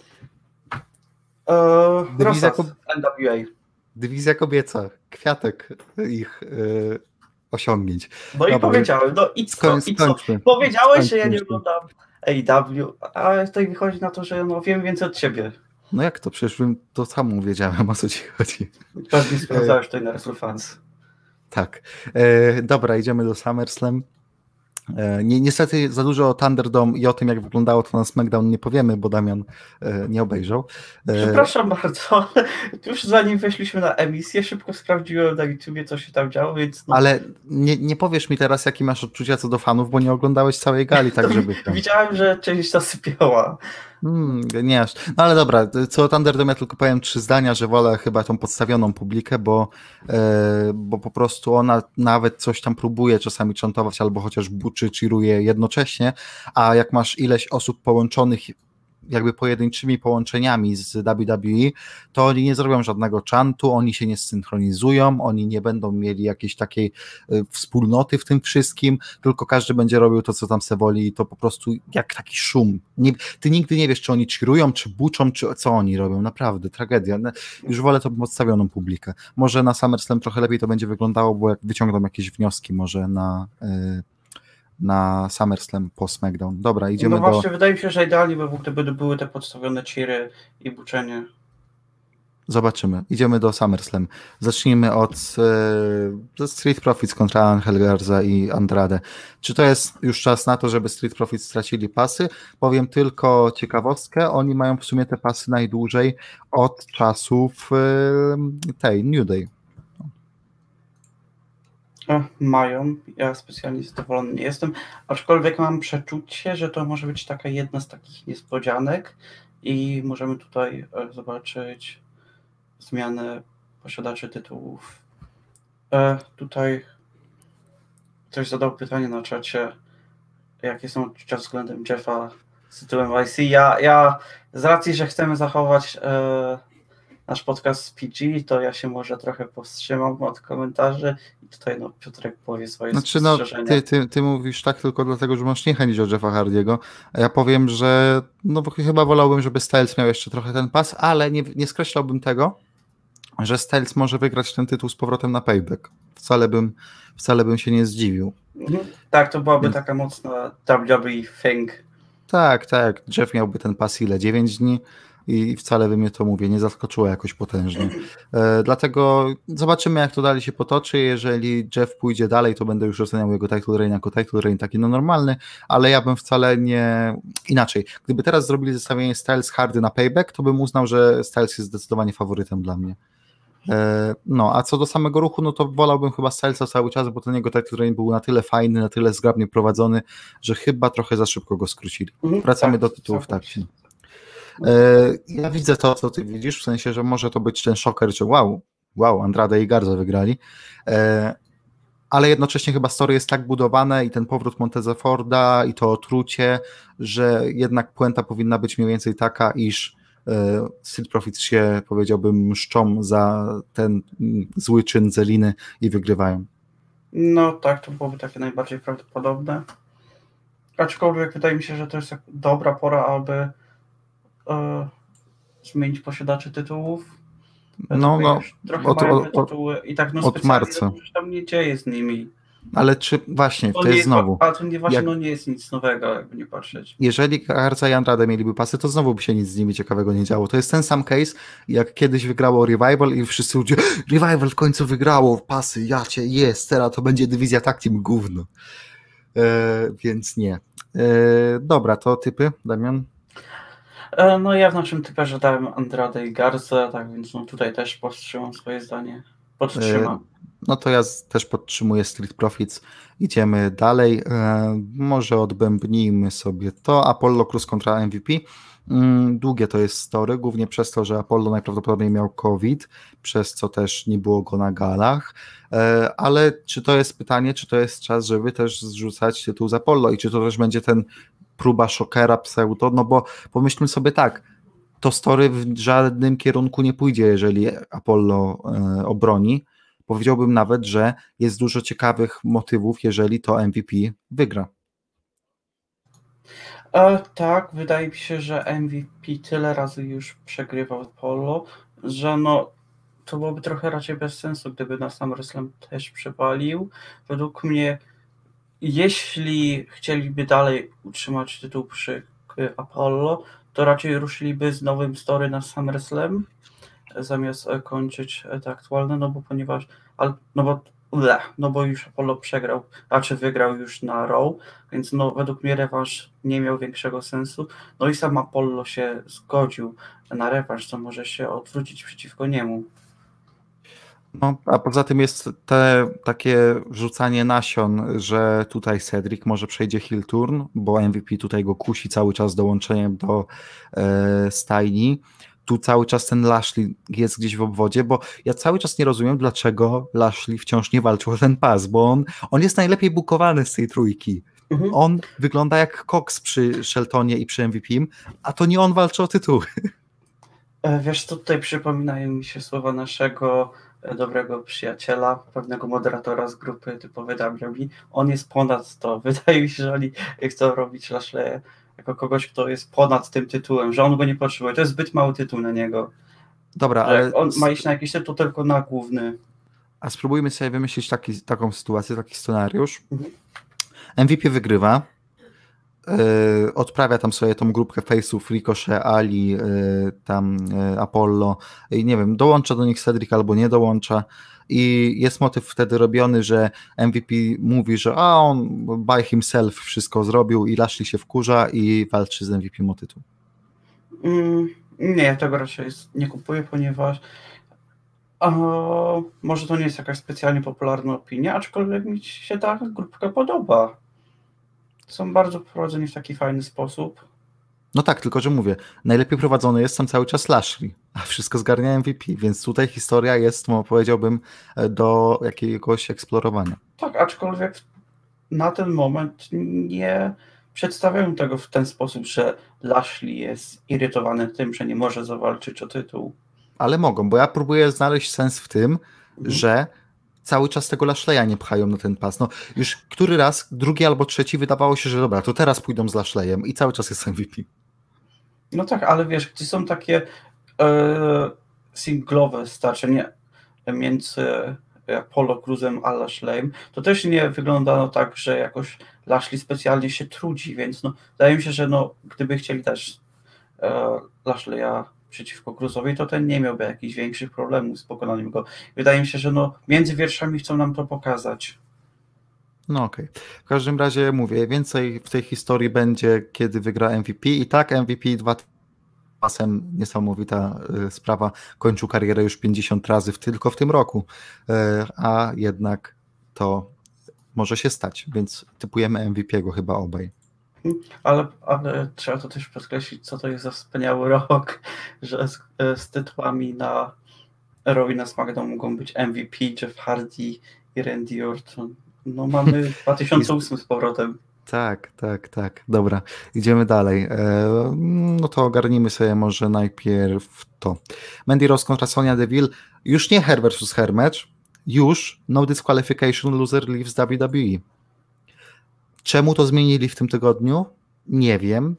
Uh, Dywizja, Rosas, N W A. Dywizja kobieca, kwiatek ich yy, osiągnięć. No Dobra, i powiedziałem, no i co, skoń, i co? skończmy. Powiedziałeś, że ja nie Skończmy. oglądam A E W, ale tutaj wychodzi na to, że no wiem więcej od ciebie. No jak to? Przecież bym to samo wiedziałem, o co ci chodzi. Pewnie sprawdzałeś to na WrestleFans. Tak. E, dobra, idziemy do SummerSlam. E, ni niestety za dużo o Thunderdome i o tym, jak wyglądało to na SmackDown nie powiemy, bo Damian e, nie obejrzał. E, Przepraszam bardzo, ale już zanim weszliśmy na emisję, szybko sprawdziłem na YouTubie, co się tam działo, więc... No, ale nie, nie powiesz mi teraz, jakie masz odczucia co do fanów, bo nie oglądałeś całej gali, tak żeby... Tam... Widziałem, że część zasypiała. Hmm, nie aż. No ale dobra, co o Thunderdome ja tylko powiem trzy zdania, że wolę chyba tą podstawioną publikę, bo, e, bo po prostu ona nawet coś tam próbuje czasami chantować albo chociaż buczy, cheeruje jednocześnie, a jak masz ileś osób połączonych jakby pojedynczymi połączeniami z W W E, to oni nie zrobią żadnego chantu, oni się nie synchronizują, oni nie będą mieli jakiejś takiej y, wspólnoty w tym wszystkim, tylko każdy będzie robił to, co tam se woli i to po prostu jak taki szum. Nie, ty nigdy nie wiesz, czy oni cheerują, czy buczą, czy co oni robią, naprawdę, tragedia. Już wolę tą podstawioną publikę. Może na SummerSlam trochę lepiej to będzie wyglądało, bo jak wyciągną jakieś wnioski może na... Y, na SummerSlam po SmackDown. Dobra, idziemy no do... właśnie, wydaje mi się, że idealnie by było, gdyby były te podstawione cheery i buczenie. Zobaczymy. Idziemy do SummerSlam. Zacznijmy od e, Street Profits kontra Angel Garza i Andrade. Czy to jest już czas na to, żeby Street Profits stracili pasy? Powiem tylko ciekawostkę. Oni mają w sumie te pasy najdłużej od czasów e, tej New Day. E, mają. Ja specjalnie zadowolony nie jestem, aczkolwiek mam przeczucie, że to może być taka jedna z takich niespodzianek i możemy tutaj e, zobaczyć zmianę posiadaczy tytułów. E, tutaj ktoś zadał pytanie na czacie, jakie są odczucia względem Jeffa z tytułem I C. Ja, ja z racji, że chcemy zachować e, nasz podcast z P G, to ja się może trochę powstrzymam od komentarzy i tutaj no, Piotrek powie swoje Znaczy, no, spostrzeżenia. ty, ty, ty mówisz tak tylko dlatego, że masz niechęć do Jeffa Hardiego, a ja powiem, że no bo chyba wolałbym, żeby Styles miał jeszcze trochę ten pas, ale nie, nie skreślałbym tego, że Styles może wygrać ten tytuł z powrotem na Payback. Wcale bym, wcale bym się nie zdziwił. Mhm. Tak, to byłaby Więc- taka mocna W W E thing. Tak, tak. Jeff miałby ten pas ile? dziewięć dni i wcale by mnie to, mówię, nie zaskoczyło jakoś potężnie. E, dlatego zobaczymy, jak to dalej się potoczy. Jeżeli Jeff pójdzie dalej, to będę już oceniał jego title reign jako title reign taki no normalny, ale ja bym wcale nie... Inaczej. Gdyby teraz zrobili zestawienie Styles Hardy na Payback, to bym uznał, że Styles jest zdecydowanie faworytem dla mnie. E, no, a co do samego ruchu, no to wolałbym chyba Stylesa cały czas, bo ten jego title reign był na tyle fajny, na tyle zgrabnie prowadzony, że chyba trochę za szybko go skrócili. Mhm, Wracamy tak, do tytułów, tak. całkowicie. E, ja widzę to, co ty widzisz, w sensie, że może to być ten szoker, że wow, wow, Andrade i Garza wygrali, e, ale jednocześnie chyba story jest tak budowane i ten powrót Monteza Forda i to otrucie, że jednak puenta powinna być mniej więcej taka, iż e, Street Profits się, powiedziałbym, mszczą za ten mm, zły czyn Zeliny i wygrywają. No tak, to byłoby takie najbardziej prawdopodobne. Aczkolwiek wydaje mi się, że to jest tak dobra pora, aby e, zmienić posiadaczy tytułów. No, no, Już trochę od, mają od, te od, tytuły i tak no od specjalnie marca. no, coś tam nie dzieje z nimi. Ale czy właśnie, To to nie jest znowu, A to nie właśnie jak- no, nie jest nic nowego, jakby nie patrzeć. jeżeli Garza i Andrade mieliby pasy, to znowu by się nic z nimi ciekawego nie działo. To jest ten sam case, jak kiedyś wygrało Revival i wszyscy ludzie, Revival w końcu wygrało pasy, ja cię, jest, teraz to będzie dywizja tag team gówno. E, więc nie. E, dobra, to typy, Damian? E, no ja w naszym typerze dałem Andrade i Garza, tak więc no tutaj też powstrzymam swoje zdanie. Podtrzymam. No to ja z- też podtrzymuję Street Profits. Idziemy dalej. E, może odbębnijmy sobie to. Apollo Crews kontra M V P. Mm, Długie to jest story, głównie przez to, że Apollo najprawdopodobniej miał COVID, przez co też nie było go na galach. E, ale czy to jest pytanie, czy to jest czas, żeby też zrzucać tytuł z Apollo i czy to też będzie ten próba szokera pseudo? No bo pomyślmy sobie tak, to story w żadnym kierunku nie pójdzie, jeżeli Apollo e, obroni. Powiedziałbym nawet, że jest dużo ciekawych motywów, jeżeli to M V P wygra. E, tak, wydaje mi się, że M V P tyle razy już przegrywał Apollo, że no to byłoby trochę raczej bez sensu, gdyby na SummerSlam też przewalił. Według mnie, jeśli chcieliby dalej utrzymać tytuł przy e, Apollo, to raczej ruszyliby z nowym story na SummerSlam, e, zamiast e, kończyć e, te aktualne, no bo ponieważ, al, no bo ule, no bo już Apollo przegrał, a czy wygrał już na Raw, więc no według mnie rewanż nie miał większego sensu. No i sam Apollo się zgodził na rewanż, co może się odwrócić przeciwko niemu. No, a poza tym jest te takie wrzucanie nasion, że tutaj Cedric może przejdzie heel turn, bo M V P tutaj go kusi cały czas dołączeniem do e, stajni. Tu cały czas ten Lashley jest gdzieś w obwodzie, bo ja cały czas nie rozumiem, dlaczego Lashley wciąż nie walczył o ten pas, bo on, on jest najlepiej bukowany z tej trójki. Mhm. On wygląda jak Cox przy Sheltonie i przy M V P, a to nie on walczy o tytuł. E, Wiesz, co tutaj przypominają mi się słowa naszego e, dobrego przyjaciela, pewnego moderatora z grupy typowej W W E. On jest ponad to. Wydaje mi się, że oni chcą robić Lashley jako kogoś, kto jest ponad tym tytułem, że on go nie potrzebuje. To jest zbyt mały tytuł na niego. Dobra, Że ale on ma iść na jakiś tytuł tylko na główny. a spróbujmy sobie wymyślić taki, taką sytuację, taki scenariusz. Mhm. M V P wygrywa, yy, odprawia tam sobie tą grupkę face'ów, Ricochet, Ali, yy, tam yy, Apollo i nie wiem, dołącza do nich Cedric albo nie dołącza i jest motyw wtedy robiony, że M V P mówi, że a on by himself wszystko zrobił i Lashley się wkurza i walczy z M V P o tytuł. Mm, nie, tego raczej nie kupuję, ponieważ a, może to nie jest jakaś specjalnie popularna opinia, aczkolwiek mi się ta grupka podoba. Są bardzo prowadzeni w taki fajny sposób. No tak, tylko że mówię, najlepiej prowadzony jest tam cały czas Lashley, a wszystko zgarnia M V P, więc tutaj historia jest, no, powiedziałbym, do jakiegoś eksplorowania. Tak, aczkolwiek na ten moment nie przedstawiają tego w ten sposób, że Lashley jest irytowany tym, że nie może zawalczyć o tytuł. ale mogą, bo ja próbuję znaleźć sens w tym, Mhm. że cały czas tego Lashley'a nie pchają na ten pas. No już który raz, drugi albo trzeci wydawało się, że dobra, to teraz pójdą z Lashley'em i cały czas jest M V P. No tak, ale wiesz, gdzie są takie e, singlowe starcie między Apollo Cruzem a Lashleyem, to też nie wygląda no tak, że jakoś Lashley specjalnie się trudzi, więc no, wydaje mi się, że no, gdyby chcieli dać e, Lashley'a przeciwko Cruzowi, to ten nie miałby jakichś większych problemów z pokonaniem go. Wydaje mi się, że no, między wierszami chcą nam to pokazać. No okej. Okay. W każdym razie mówię, więcej w tej historii będzie, kiedy wygra M V P i tak M V P dwa pasem niesamowita y, sprawa. Kończył karierę już pięćdziesiąt razy w, tylko w tym roku, y, a jednak to może się stać, więc typujemy M V P'ego chyba obaj. Ale, ale trzeba to też podkreślić, co to jest za wspaniały rok, że z, z tytułami na Raw i na SmackDown mogą być M V P, Jeff Hardy i Randy Orton. No mamy dwa tysiące ósmy z powrotem. Tak, tak, tak. Dobra, idziemy dalej. E, no to ogarnijmy sobie może najpierw to. Mandy Rose kontra Sonya Deville. Już nie Her versus Her match, już no disqualification, loser leaves W W E. Czemu to zmienili w tym tygodniu? Nie wiem.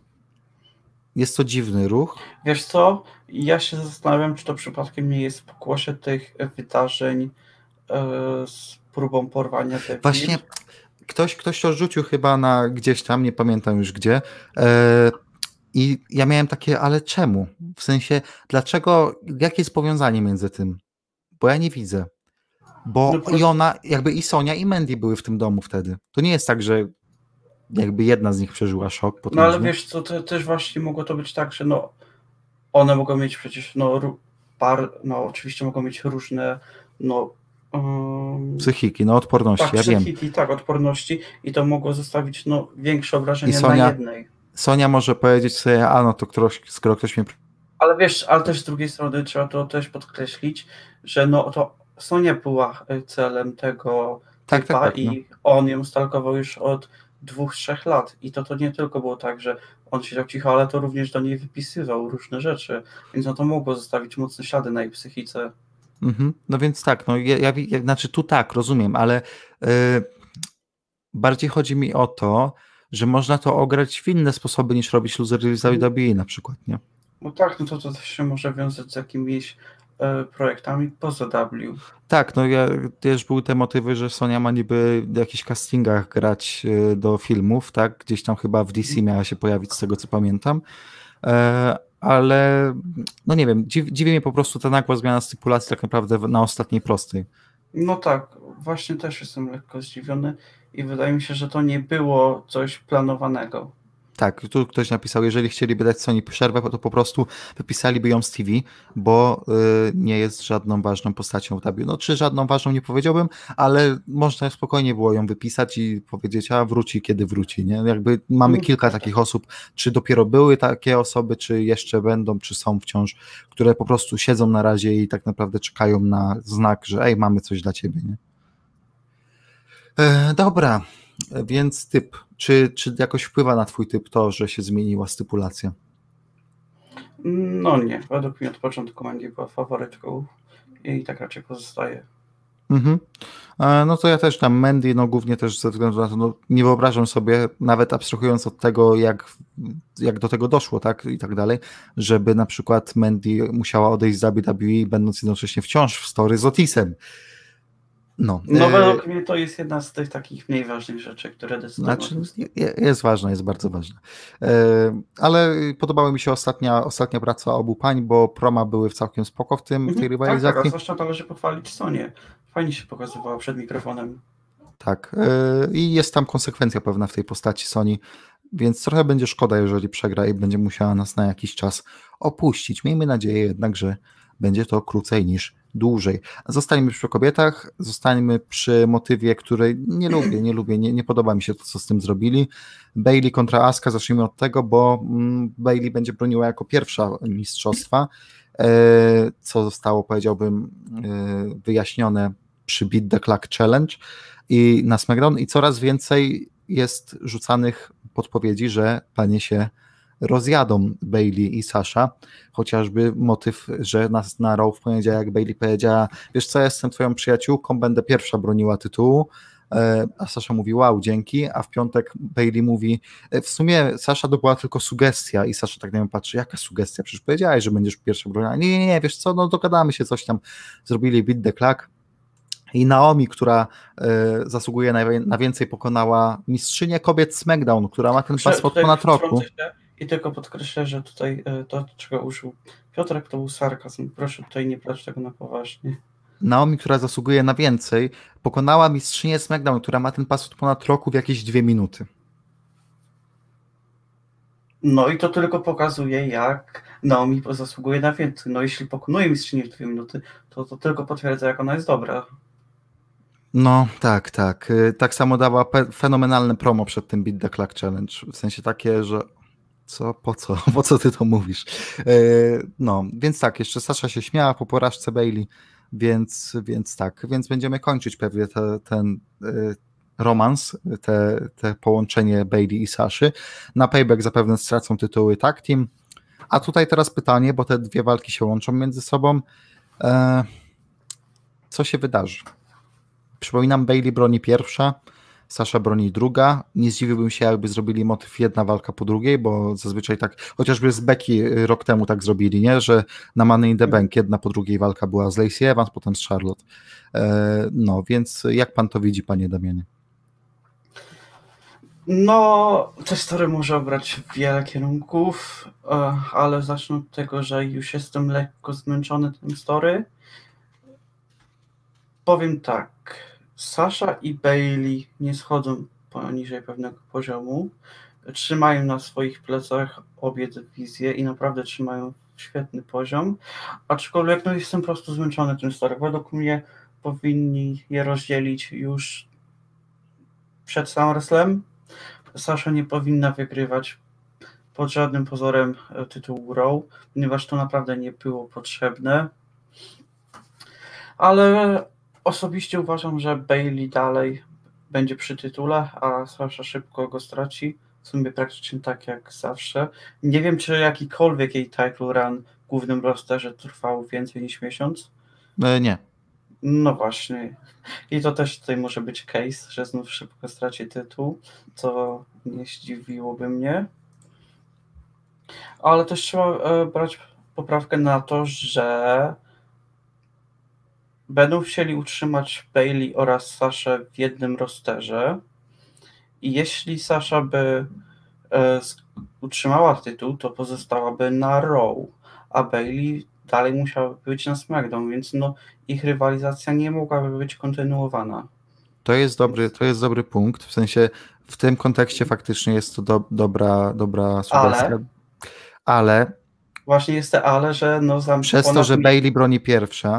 Jest to dziwny ruch. Wiesz co? Ja się zastanawiam, czy to przypadkiem nie jest w pokłosie tych wydarzeń e, z próbą porwania Deville. Właśnie ktoś, ktoś to rzucił chyba na gdzieś tam, nie pamiętam już gdzie. E, I ja miałem takie, ale czemu? W sensie, dlaczego, jakie jest powiązanie między tym? Bo ja nie widzę. Bo No prosto- i ona, jakby i Sonia, i Mandy były w tym domu wtedy. To nie jest tak, że jakby jedna z nich przeżyła szok No potężny. ale wiesz co, to też właśnie mogło to być tak, że no one mogą mieć przecież no ró- par, no oczywiście mogą mieć różne no um, Psychiki, no odporności, tak, ja wiem. psychiki, tak, odporności i to mogło zostawić no większe obrażenie I Sonia- na jednej. Sonia może powiedzieć sobie, a no to ktoś, skoro ktoś mnie... Ale wiesz, ale też z drugiej strony trzeba to też podkreślić, że no to Sonia była celem tego Tak, typa tak, tak, no. i on ją stalkował już od dwóch, trzech lat. I to to nie tylko było tak, że on siedział cicho, ale to również do niej wypisywał różne rzeczy. Więc no to mogło zostawić mocne ślady na jej psychice. Mhm. No więc tak, no ja, ja, ja znaczy tu tak, rozumiem, ale yy, bardziej chodzi mi o to, że można to ograć w inne sposoby niż robić loser z W W E na przykład, nie? No tak, no to to też się może wiązać z jakimiś e, projektami poza W. Tak, no ja też były te motywy, że Sonia ma niby w jakichś castingach grać y, do filmów, tak? Gdzieś tam chyba w D C miała się pojawić, z tego co pamiętam. E, ale no nie wiem, dziw, dziwi mnie po prostu ta nagła zmiana stypulacji tak naprawdę na ostatniej prostej. No tak, właśnie też jestem lekko zdziwiony i wydaje mi się, że to nie było coś planowanego. Tak, tu ktoś napisał, jeżeli chcieliby dać Sony przerwę, to po prostu wypisaliby ją z T V, bo y, nie jest żadną ważną postacią w W. No czy żadną ważną nie powiedziałbym, ale można spokojnie było ją wypisać i powiedzieć, a wróci kiedy wróci, nie? Jakby mamy kilka takich osób, czy dopiero były takie osoby, czy jeszcze będą, czy są wciąż, które po prostu siedzą na razie i tak naprawdę czekają na znak, że ej, mamy coś dla ciebie, nie? E, dobra, więc typ. Czy, czy jakoś wpływa na twój typ to, że się zmieniła stypulacja? No nie, według mnie od początku Mandy była faworytką i tak raczej pozostaje. Mhm. E, No to ja też tam Mandy, no głównie też ze względu na to, no nie wyobrażam sobie, nawet abstrahując od tego, jak, jak do tego doszło, tak, i tak dalej, żeby na przykład Mandy musiała odejść z W W E, będąc jednocześnie wciąż w story z Otisem. No, No e, według mnie to jest jedna z tych takich mniej ważnych rzeczy, które decydują. Znaczy, je- jest ważna, jest bardzo ważna. E, Ale podobała mi się ostatnia, ostatnia praca obu pań, bo proma były całkiem spoko w tym, w tej Mhm, tak, tak, a rywalizacji. zwłaszcza należy pochwalić Sonię. Fajnie się pokazywała przed mikrofonem. Tak. e, I jest tam konsekwencja pewna w tej postaci Sony, więc trochę będzie szkoda, jeżeli przegra i będzie musiała nas na jakiś czas opuścić. Miejmy nadzieję jednak, że będzie to krócej niż dłużej. Zostańmy przy kobietach, zostańmy przy motywie, której nie lubię, nie lubię, nie, nie podoba mi się to, co z tym zrobili. Bayley kontra Asuka, zacznijmy od tego, bo mm, Bayley będzie broniła jako pierwsza mistrzostwa, e, co zostało, powiedziałbym, e, wyjaśnione przy Beat the Clock Challenge i na SmackDown i coraz więcej jest rzucanych podpowiedzi, że panie się rozjadą Bayley i Sasha, chociażby motyw, że na, na Raw w poniedziałek Bayley powiedziała, wiesz co, jestem twoją przyjaciółką, będę pierwsza broniła tytułu, a Sasha mówi, wow, dzięki, a w piątek Bayley mówi, w sumie Sasha to była tylko sugestia i Sasha tak na nią patrzy, jaka sugestia, przecież powiedziałeś, że będziesz pierwsza broniła, nie, nie, nie, wiesz co, no dogadamy się, coś tam, zrobili beat the clock i Naomi, która y, zasługuje na, na więcej, pokonała mistrzynię kobiet SmackDown, która ma ten pas od ponad roku. I tylko podkreślę, że tutaj to, czego użył Piotrek, to był sarkazm, proszę tutaj nie brać tego na poważnie. Naomi, która zasługuje na więcej, pokonała mistrzynię SmackDown, która ma ten pas od ponad roku w jakieś dwie minuty. No i to tylko pokazuje, jak Naomi zasługuje na więcej. No jeśli pokonuje mistrzynię w dwie minuty, to to tylko potwierdza, jak ona jest dobra. No tak, tak. Tak samo dała fenomenalne promo przed tym Beat the Clock Challenge. W sensie takie, że co, po co, po co ty to mówisz? No, więc tak, jeszcze Sasha się śmiała po porażce Bayley, więc, więc tak, więc będziemy kończyć pewnie te, ten romans, te, te połączenie Bayley i Saszy. Na Payback zapewne stracą tytuły tag team. A tutaj teraz pytanie, bo te dwie walki się łączą między sobą. Co się wydarzy? Przypominam, Bayley broni pierwsza, Sasha broni druga. Nie zdziwiłbym się, jakby zrobili motyw jedna walka po drugiej, bo zazwyczaj tak, chociażby z Becky rok temu tak zrobili, nie? Że na Money in the Bank jedna po drugiej walka była z Lacey Evans, potem z Charlotte. No, więc jak pan to widzi, panie Damianie? No, te story może obrać wiele kierunków, ale zacznę od tego, że już jestem lekko zmęczony tym story. Powiem tak, Sasha i Bayley nie schodzą poniżej pewnego poziomu, trzymają na swoich plecach obie dywizje i naprawdę trzymają świetny poziom, aczkolwiek no jestem po prostu zmęczony tym story. Według mnie powinni je rozdzielić już przed SummerSlam. Sasha nie powinna wygrywać pod żadnym pozorem tytułu Raw, ponieważ to naprawdę nie było potrzebne. Ale osobiście uważam, że Bayley dalej będzie przy tytule, a Sasha szybko go straci. W sumie praktycznie tak jak zawsze. Nie wiem, czy jakikolwiek jej title run w głównym rosterze trwał więcej niż miesiąc. E, nie. No właśnie. I to też tutaj może być case, że znów szybko straci tytuł, co nie zdziwiłoby mnie. Ale też trzeba brać poprawkę na to, że będą chcieli utrzymać Bayley oraz Saszę w jednym rosterze i jeśli Sasha by e, utrzymała tytuł, to pozostałaby na Raw, a Bayley dalej musiałaby być na SmackDown, więc no ich rywalizacja nie mogłaby być kontynuowana. To jest dobry, to jest dobry punkt, w sensie w tym kontekście faktycznie jest to do, dobra, dobra sugestia, ale, ale właśnie jest to ale, że no za przez to, że Bayley broni pierwsza,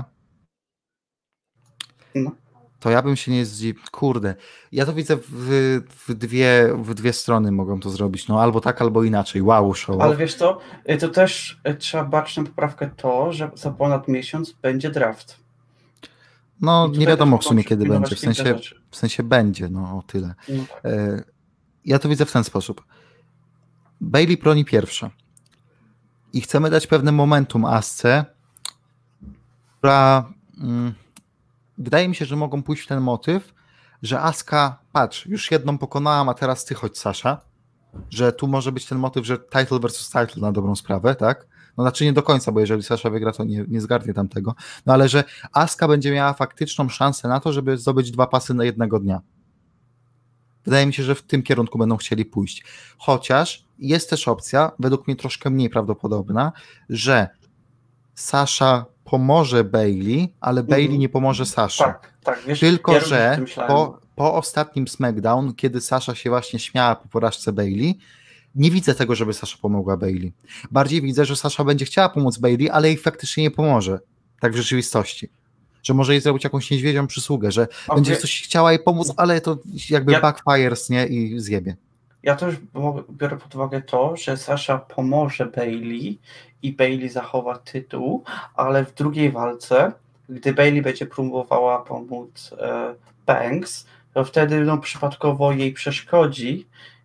no. to ja bym się nie zdziwił. Kurde, ja to widzę w, w, dwie, w dwie strony mogą to zrobić. No albo tak, albo inaczej. Wow, show. Ale wiesz co, to też trzeba baczyć na poprawkę to, że za ponad miesiąc będzie draft. No nie wiadomo w sumie kiedy będzie. W sensie, w sensie będzie, no o tyle. No tak. Ja to widzę w ten sposób. Bayley broni pierwsza. I chcemy dać pewne momentum Asce, która... Mm, wydaje mi się, że mogą pójść w ten motyw, że Asuka, patrz, już jedną pokonałam, a teraz ty chodź, Sasha, że tu może być ten motyw, że title versus title na dobrą sprawę, tak? No znaczy nie do końca, bo jeżeli Sasha wygra, to nie, nie zgarnie tamtego, no ale że Asuka będzie miała faktyczną szansę na to, żeby zdobyć dwa pasy na jednego dnia. Wydaje mi się, że w tym kierunku będą chcieli pójść. Chociaż jest też opcja, według mnie troszkę mniej prawdopodobna, że Sasha pomoże Bayley, ale Bayley mm-hmm. nie pomoże Saszy. Tak, tak, wiesz, Tylko, ja że po, po ostatnim SmackDown, kiedy Sasha się właśnie śmiała po porażce Bayley, nie widzę tego, żeby Sasha pomogła Bayley. Bardziej widzę, że Sasha będzie chciała pomóc Bayley, ale jej faktycznie nie pomoże. Tak w rzeczywistości. Że może jej zrobić jakąś niedźwiedzią przysługę, że okay. będzie coś chciała jej pomóc, ale to jakby ja... backfires, nie? I zjebie. Ja też biorę pod uwagę to, że Sasha pomoże Bayley i Bayley zachowa tytuł, ale w drugiej walce, gdy Bayley będzie próbowała pomóc e, Banks, to wtedy no, przypadkowo jej przeszkodzi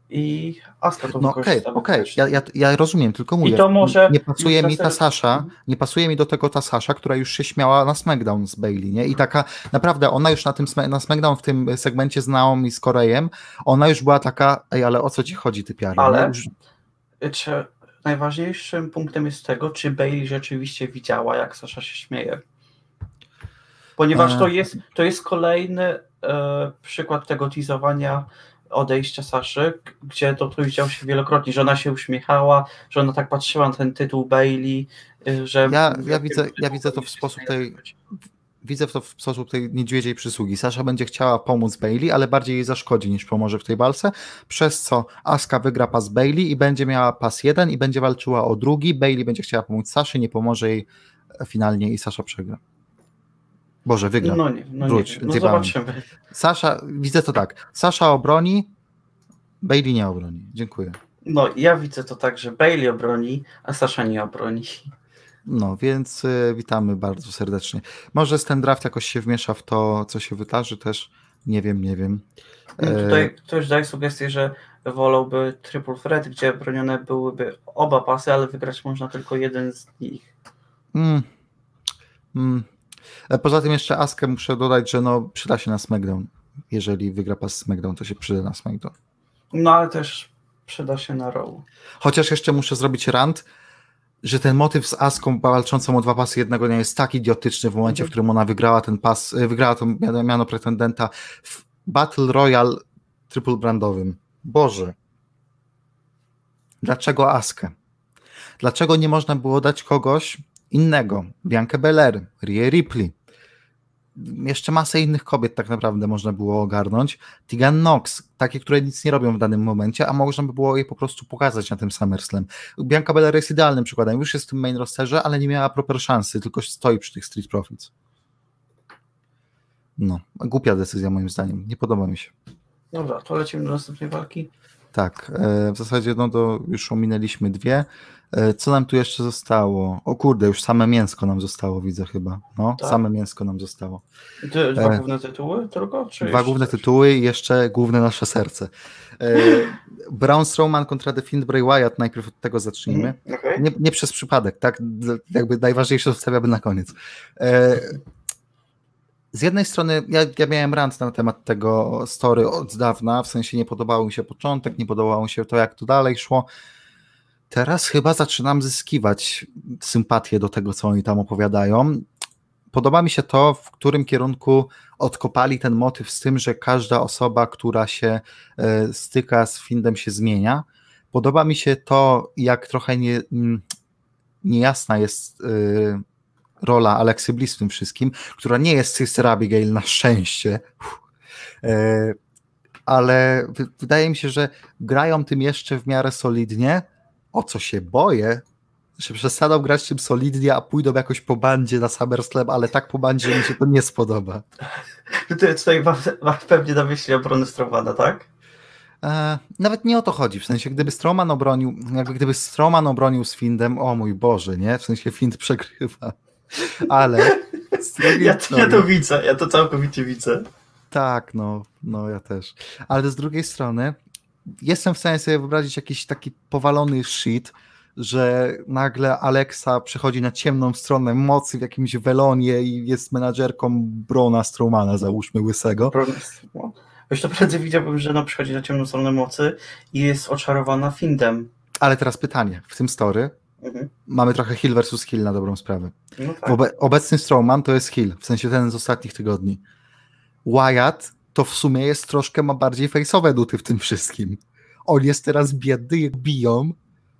i Asuka to No okej, wykorzysta. okej, ja, ja, ja rozumiem, tylko mówię, I to może nie pasuje już mi ta teraz- Sasha, nie pasuje mi do tego ta Sasha, która już się śmiała na SmackDown z Bayley, nie? I taka, naprawdę, ona już na tym Sma- na SmackDown w tym segmencie z Naomi z Korejem, ona już była taka, ej, ale o co ci chodzi, ty piaro? Ale- Nie? Już, Czy najważniejszym punktem jest tego, czy Bayley rzeczywiście widziała, jak Sasha się śmieje. Ponieważ E. to jest, to jest kolejny e, przykład tego teasowania odejścia Saszy, g- gdzie to tu widział się wielokrotnie, że ona się uśmiechała, że ona tak patrzyła na ten tytuł Bayley, y, że... Ja- ja widzę- ja widzę to w sposób tej- widzę w to w sposób tej niedźwiedziej przysługi. Sasha będzie chciała pomóc Bayley, ale bardziej jej zaszkodzi niż pomoże w tej walce, przez co Asuka wygra pas Bayley i będzie miała pas jeden i będzie walczyła o drugi. Bayley będzie chciała pomóc Saszy, nie pomoże jej finalnie i Sasha przegra. Boże, wygra. No nie, no nie Wróć, wiem. No zjebałem. zobaczymy. Sasha, widzę to tak. Sasha obroni, Bayley nie obroni. Dziękuję. No ja widzę to tak, że Bayley obroni, a Sasha nie obroni. No, więc y, witamy bardzo serdecznie. Może ten draft jakoś się wmiesza w to, co się wydarzy też. Nie wiem, nie wiem. No E, tutaj ktoś daje sugestię, że wolałby Triple Threat, gdzie bronione byłyby oba pasy, ale wygrać można tylko jeden z nich. Mm, mm. E, Poza tym jeszcze Askę muszę dodać, że no przyda się na SmackDown. Jeżeli wygra pas SmackDown, to się przyda na SmackDown. No ale też przyda się na Raw. Chociaż jeszcze muszę zrobić rant, że ten motyw z Aską walczącą o dwa pasy jednego dnia jest tak idiotyczny w momencie, Mhm. w którym ona wygrała ten pas, y, wygrała to miano, miano pretendenta w Battle Royale triple brandowym. Boże. Dlaczego Askę? Dlaczego nie można było dać kogoś innego? Bianca Belair, Rhea Ripley. Jeszcze masę innych kobiet tak naprawdę można było ogarnąć. Tegan Nox, takie, które nic nie robią w danym momencie, a można by było jej po prostu pokazać na tym SummerSlam. Bianca Belair jest idealnym przykładem. Już jest w tym main rosterze, ale nie miała proper szansy, tylko stoi przy tych Street Profits. No, głupia decyzja moim zdaniem. Nie podoba mi się. Dobra, to lecimy do następnej walki. Tak, e, w zasadzie no to już ominęliśmy dwie. E, Co nam tu jeszcze zostało? O kurde, już same mięsko nam zostało, widzę chyba. No, Tak. same mięsko nam zostało. D- Dwa E, główne tytuły tylko? Czy Dwa jeszcze główne coś? tytuły i jeszcze główne nasze serce. E, Braun Strowman kontra The Fiend Bray Wyatt, najpierw od tego zacznijmy. Mhm, okej. Nie, nie przez przypadek, tak? D- Jakby najważniejsze zostawiamy na koniec. E, Z jednej strony ja, ja miałem rant na temat tego story od dawna, w sensie nie podobał mi się początek, nie podobało mi się to, jak to dalej szło. Teraz chyba zaczynam zyskiwać sympatię do tego, co oni tam opowiadają. Podoba mi się to, w którym kierunku odkopali ten motyw z tym, że każda osoba, która się e, styka z Fiendem, się zmienia. Podoba mi się to, jak trochę nie, mm, niejasna jest e, rola Aleksy Bliss w tym wszystkim, która nie jest Sister Abigail na szczęście. Uff. E, ale wy- wydaje mi się, że grają tym jeszcze w miarę solidnie, o co się boję, że przestaną grać tym solidnie, a pójdą jakoś po bandzie na SummerSlam, ale tak po bandzie, że mi się to nie spodoba. Ty tutaj ma, ma pewnie na myśli obrony Strowmana, tak? E, nawet nie o to chodzi, w sensie gdyby Strowman obronił, jakby gdyby Strowman obronił z Findem, o mój Boże, nie? W sensie Find przegrywa. Ale z drugiej Ja, to- strony, ja to widzę, ja to całkowicie widzę. tak, no, no ja też. Ale z drugiej strony jestem w stanie sobie wyobrazić jakiś taki powalony shit, że nagle Alexa przechodzi na ciemną stronę mocy w jakimś welonie i jest menadżerką Brona Strowmana, załóżmy łysego. Obrony Strowmana. Wiesz, to prędzej widziałbym, że ona przychodzi na ciemną stronę mocy i jest oczarowana Findem. Ale teraz pytanie, w tym story Mhm. mamy trochę heal versus heal na dobrą sprawę. No tak. Obe- obecny Strowman to jest heal, w sensie ten z ostatnich tygodni. Wyatt to w sumie jest troszkę, ma bardziej face'owe nuty w tym wszystkim. On jest teraz biedny, jak biją.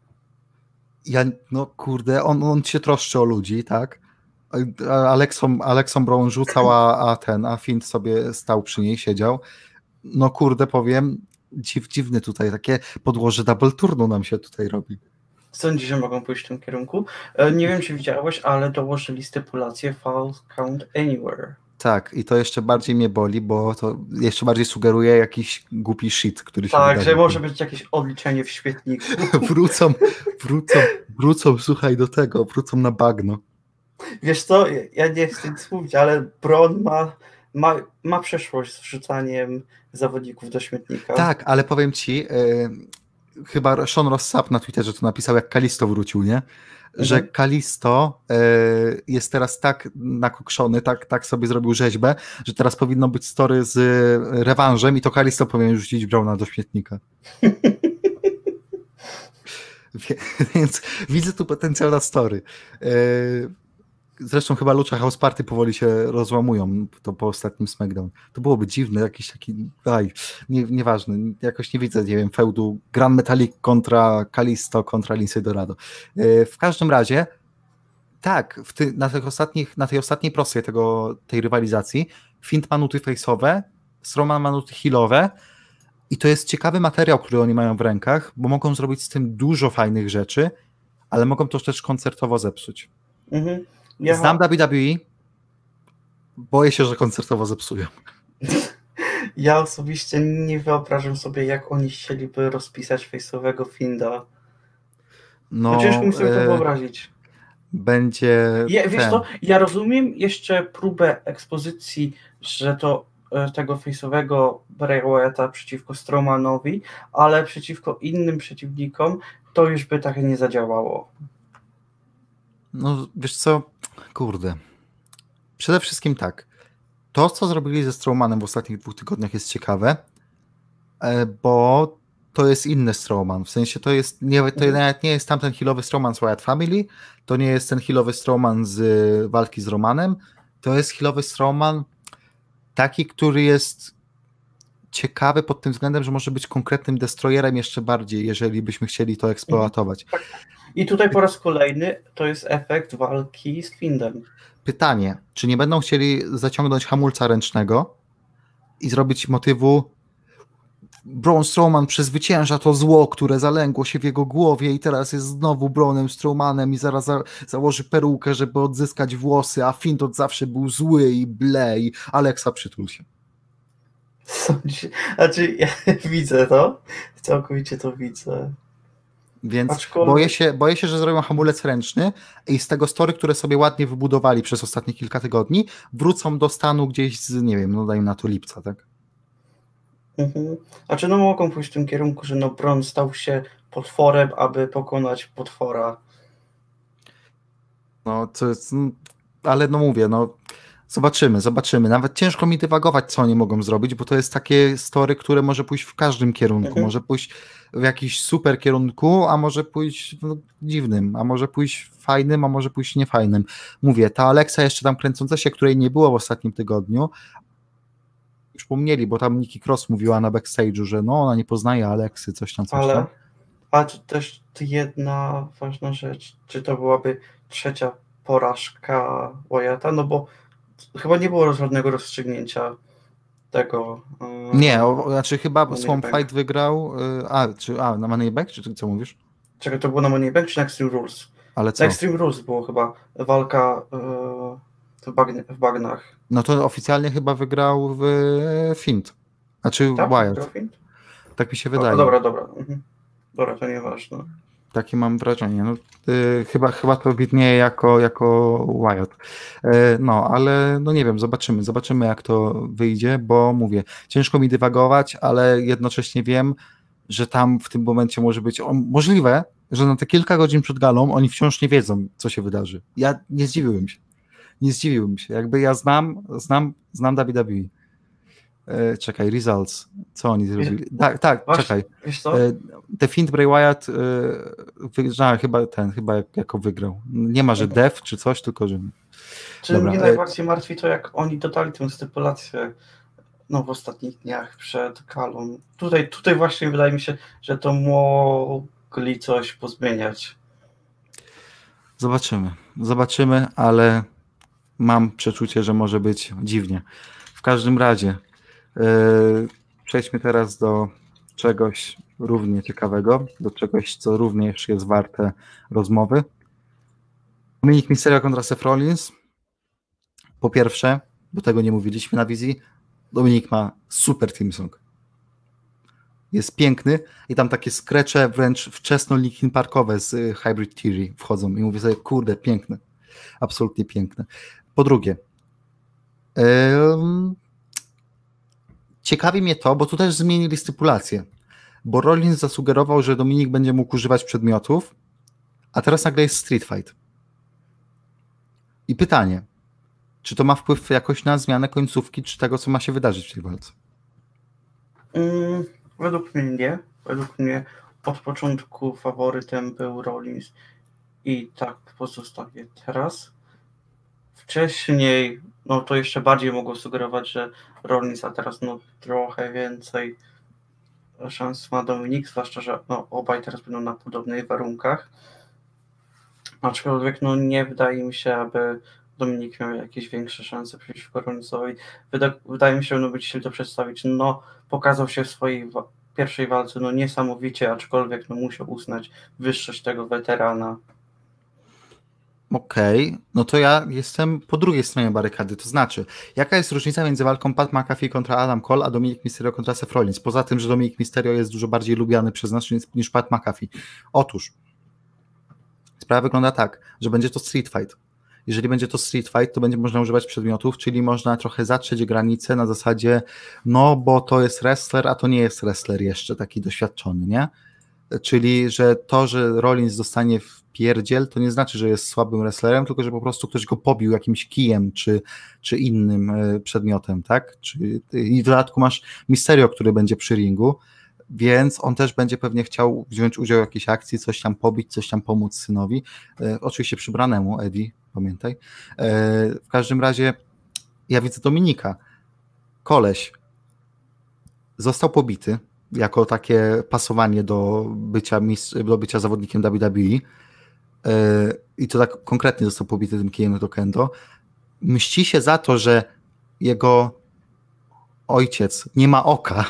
Ja, no kurde, on, on się troszczy o ludzi, tak? A Alexą, Alexą Brown rzucał, a, a ten, a Fiend sobie stał przy niej, siedział. No kurde, powiem, dziw, dziwny tutaj, takie podłoże double turnu nam się tutaj robi. Sądzisz, że mogą pójść w tym kierunku? E, Nie wiem, czy widziałeś, ale dołożyli stypulację False Count Anywhere. Tak, i to jeszcze bardziej mnie boli, bo to jeszcze bardziej sugeruje jakiś głupi shit, który się Tak, wydarzy. że może być jakieś odliczenie w świetniku. Wrócą, wrócą, wrócą, słuchaj, do tego, wrócą na bagno. Wiesz co, ja nie chcę nic mówić, ale Bron ma ma, ma przeszłość z wrzucaniem zawodników do śmietnika. Tak, ale powiem ci, yy, chyba Sean Ross Sapp na Twitterze to napisał, jak Kalisto wrócił, nie? Że Mhm. Kalisto yy, jest teraz tak nakokszony, tak, tak sobie zrobił rzeźbę, że teraz powinno być story z rewanżem i to Kalisto powinien rzucić Browna do śmietnika. Więc widzę tu potencjał na story. Zresztą chyba Lucha House Party powoli się rozłamują to po ostatnim SmackDown. To byłoby dziwne, jakiś taki, aj, nie, nieważne, jakoś nie widzę, nie wiem, feudu Grand Metalik kontra Kalisto kontra Lindsay Dorado. W każdym razie, tak, w ty, na, tych ostatnich, na tej ostatniej prostej tego, tej rywalizacji Fint ma nuty face'owe, Strowman ma nuty healowe i to jest ciekawy materiał, który oni mają w rękach, bo mogą zrobić z tym dużo fajnych rzeczy, ale mogą to też koncertowo zepsuć. Mhm. Ja... Znam W W E, boję się, że koncertowo zepsują. Ja osobiście nie wyobrażam sobie, jak oni chcieliby rozpisać face'owego Finda. No, no ciężko mi sobie to wyobrazić. Będzie... Ja, wiesz co, ja rozumiem jeszcze próbę ekspozycji, że to tego face'owego Bray Wyatta przeciwko Strowmanowi, ale przeciwko innym przeciwnikom to już by tak nie zadziałało. No wiesz co, kurde. Przede wszystkim tak. To, co zrobili ze Strowmanem w ostatnich dwóch tygodniach jest ciekawe, bo to jest inny Strowman. W sensie to jest, nie, to mhm. nawet nie jest tamten healowy Strowman z Wyatt Family, to nie jest ten healowy Strowman z walki z Romanem, to jest healowy Strowman taki, który jest ciekawy pod tym względem, że może być konkretnym destroyerem jeszcze bardziej, jeżeli byśmy chcieli to eksploatować. I tutaj po raz kolejny to jest efekt walki z Findem. Pytanie, czy nie będą chcieli zaciągnąć hamulca ręcznego i zrobić motywu Braun Strowman przezwycięża to zło, które zalęgło się w jego głowie i teraz jest znowu Braunem Strowmanem i zaraz za, założy perukę, żeby odzyskać włosy, a Find od zawsze był zły i ble i Alexa przytul się. Znaczy, ja widzę to, całkowicie to widzę. Więc Aczkolwiek... boję, się, boję się, że zrobią hamulec ręczny i z tego story, które sobie ładnie wybudowali przez ostatnie kilka tygodni, wrócą do stanu gdzieś z, nie wiem, no dajmy na to lipca, tak? Mhm. Znaczy, no mogą pójść w tym kierunku, że no Braun stał się potworem, aby pokonać potwora. No, to jest, ale no mówię, no zobaczymy, zobaczymy. Nawet ciężko mi dywagować, co oni mogą zrobić, bo to jest takie story, które może pójść w każdym kierunku. Mhm. Może pójść w jakiś super kierunku, a może pójść w dziwnym, a może pójść fajnym, a może pójść niefajnym. Mówię, ta Alexa jeszcze tam kręcąca się, której nie było w ostatnim tygodniu, przypomnieli, bo tam Nikki Cross mówiła na backstage'u, że no ona nie poznaje Aleksy, coś tam, coś ale, tam. Ale to też jedna ważna rzecz, czy to byłaby trzecia porażka Wyatta, no bo chyba nie było żadnego rozstrzygnięcia tego. Yy, nie, o, znaczy chyba Swamp Fight wygrał, yy, a, czy, a, na Money Bank, czy co mówisz? Czekaj, to było na Money Bank, czy na Extreme Rules? Ale co? Na Extreme Rules było chyba walka yy, w, bagn w bagnach. No to oficjalnie chyba wygrał w Find. Znaczy tak? Wyatt. Tak mi się wydaje. O, dobra, dobra. Mhm. Dobra, to nieważne. Takie mam wrażenie. No, y, chyba, chyba to widnieje jako, jako Wyatt. Y, no, ale no nie wiem, zobaczymy. Zobaczymy, jak to wyjdzie, bo mówię, ciężko mi dywagować, ale jednocześnie wiem, że tam w tym momencie może być o, możliwe, że na te kilka godzin przed galą oni wciąż nie wiedzą, co się wydarzy. Ja nie zdziwiłbym się. Nie zdziwiłbym się. Jakby ja znam, znam, znam W W E. E, czekaj, results. Co oni zrobili? Tak, tak, Właśnie, czekaj. Wiesz co? E, The Fiend Bray Wyatt e, wygrał, chyba ten, chyba jak, jako wygrał. Nie ma, że mhm. def czy coś, tylko że... Czy mnie najbardziej martwi to, jak oni dodali tę stypulację no, w ostatnich dniach przed galą. Tutaj, tutaj właśnie wydaje mi się, że to mogli coś pozmieniać. Zobaczymy. Zobaczymy, ale mam przeczucie, że może być dziwnie. W każdym razie Yy, przejdźmy teraz do czegoś równie ciekawego, do czegoś, co również jest warte rozmowy. Dominik Mysterio kontra Seth Rollins. Po pierwsze, bo tego nie mówiliśmy na wizji, Dominik ma super team song. Jest piękny i tam takie skrecze wręcz wczesno Linkin Parkowe z Hybrid Theory wchodzą i mówię sobie, kurde, piękne. Absolutnie piękne. Po drugie, Ym... Ciekawi mnie to, bo tu też zmienili stypulację, bo Rollins zasugerował, że Dominik będzie mógł używać przedmiotów, a teraz nagle jest street fight. I pytanie, czy to ma wpływ jakoś na zmianę końcówki, czy tego, co ma się wydarzyć w tej walce? Mm, według mnie nie. Według mnie od początku faworytem był Rollins i tak pozostaje teraz. Wcześniej, no to jeszcze bardziej mogło sugerować, że Rollins, a teraz no trochę więcej szans ma Dominik, zwłaszcza, że no, obaj teraz będą na podobnych warunkach. Aczkolwiek no nie wydaje mi się, aby Dominik miał jakieś większe szanse przeciwko Rollinsowi. Wyda- wydaje mi się, że no by ci to przedstawić. No pokazał się w swojej wa- pierwszej walce no niesamowicie, aczkolwiek no musiał uznać wyższość tego weterana. Okej, okay. No to ja jestem po drugiej stronie barykady, to znaczy, jaka jest różnica między walką Pat McAfee kontra Adam Cole, a Dominik Mysterio kontra Seth Rollins, poza tym, że Dominik Mysterio jest dużo bardziej lubiany przez nas niż Pat McAfee. Otóż, sprawa wygląda tak, że będzie to street fight. Jeżeli będzie to street fight, to będzie można używać przedmiotów, czyli można trochę zatrzeć granice na zasadzie, no bo to jest wrestler, a to nie jest wrestler jeszcze taki doświadczony, nie? Czyli, że to, że Rollins dostanie w pierdziel, to nie znaczy, że jest słabym wrestlerem, tylko że po prostu ktoś go pobił jakimś kijem czy, czy innym przedmiotem, tak? Czy, i w dodatku masz Mysterio, który będzie przy ringu, więc on też będzie pewnie chciał wziąć udział w jakiejś akcji, coś tam pobić, coś tam pomóc synowi. E, oczywiście przybranemu, Eddie, pamiętaj. E, w każdym razie ja widzę Dominika. Koleś został pobity, jako takie pasowanie do bycia, do bycia zawodnikiem W W E yy, i to tak konkretnie został pobity tym kijem do kendo. Mści się za to, że jego ojciec nie ma oka,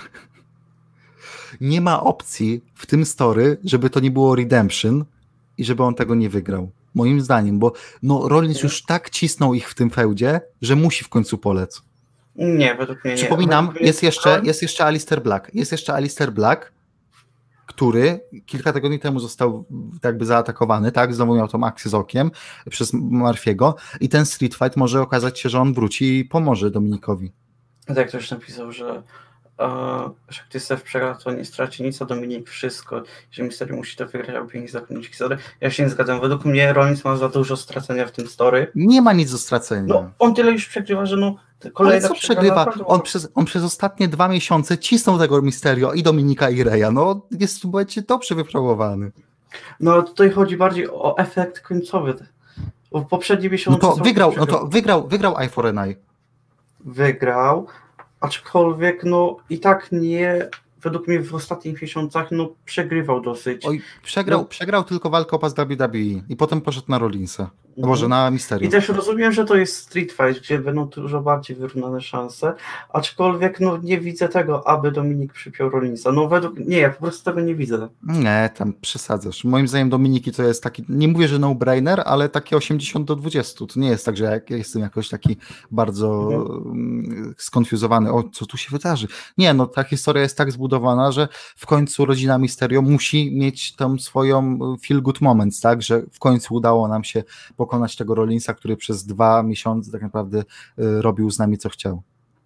nie ma opcji w tym story, żeby to nie było redemption i żeby on tego nie wygrał. Moim zdaniem, bo no, Rollins już tak cisnął ich w tym feudzie, że musi w końcu polec. Nie, według mnie nie. Przypominam, jest jeszcze, jest jeszcze Alistair Black. Jest jeszcze Alistair Black, który kilka tygodni temu został jakby zaatakowany, tak? Znowu miał tą akcję z okiem przez Murphy'ego i ten street fight może okazać się, że on wróci i pomoże Dominikowi. Tak ktoś napisał, że że gdy Seth przegra, to nie straci nic, a Dominik wszystko. Że Mysterio musi to wygrać, aby nie zakończyć historii. Ja się nie zgadzam. Według mnie Rollins ma za dużo stracenia w tym story. Nie ma nic do stracenia. No, on tyle już przegrywa, że no kolejna Ale co przegrywa? On przez, on przez ostatnie dwa miesiące cisnął tego Mysterio i Dominika i Reya. No jest będzie dobrze wypróbowany. No tutaj chodzi bardziej o efekt końcowy. W poprzednim miesiącu... No to wygrał, no to wygrał, wygrał Eye for an Eye. Wygrał. Aczkolwiek no i tak nie, według mnie w ostatnich miesiącach no przegrywał dosyć. Oj, przegrał, no. przegrał tylko walkę o pas W W E i potem poszedł na Rollinsa, no może na Mysterio. I też rozumiem, że to jest street fight, gdzie będą dużo bardziej wyrównane szanse, aczkolwiek no nie widzę tego, aby Dominik przypiął Rollinsa. No według nie, ja po prostu tego nie widzę. Nie, tam przesadzasz. Moim zdaniem Dominiki to jest taki, nie mówię, że no-brainer, ale takie osiemdziesiąt do dwudziestu. To nie jest tak, że ja jestem jakoś taki bardzo mhm. skonfuzowany, o co tu się wydarzy. Nie, no ta historia jest tak zbudowana, że w końcu rodzina Mysterio musi mieć tam swoją feel good moments, tak, że w końcu udało nam się pokonać tego Rollinsa, który przez dwa miesiące tak naprawdę y, robił z nami co chciał.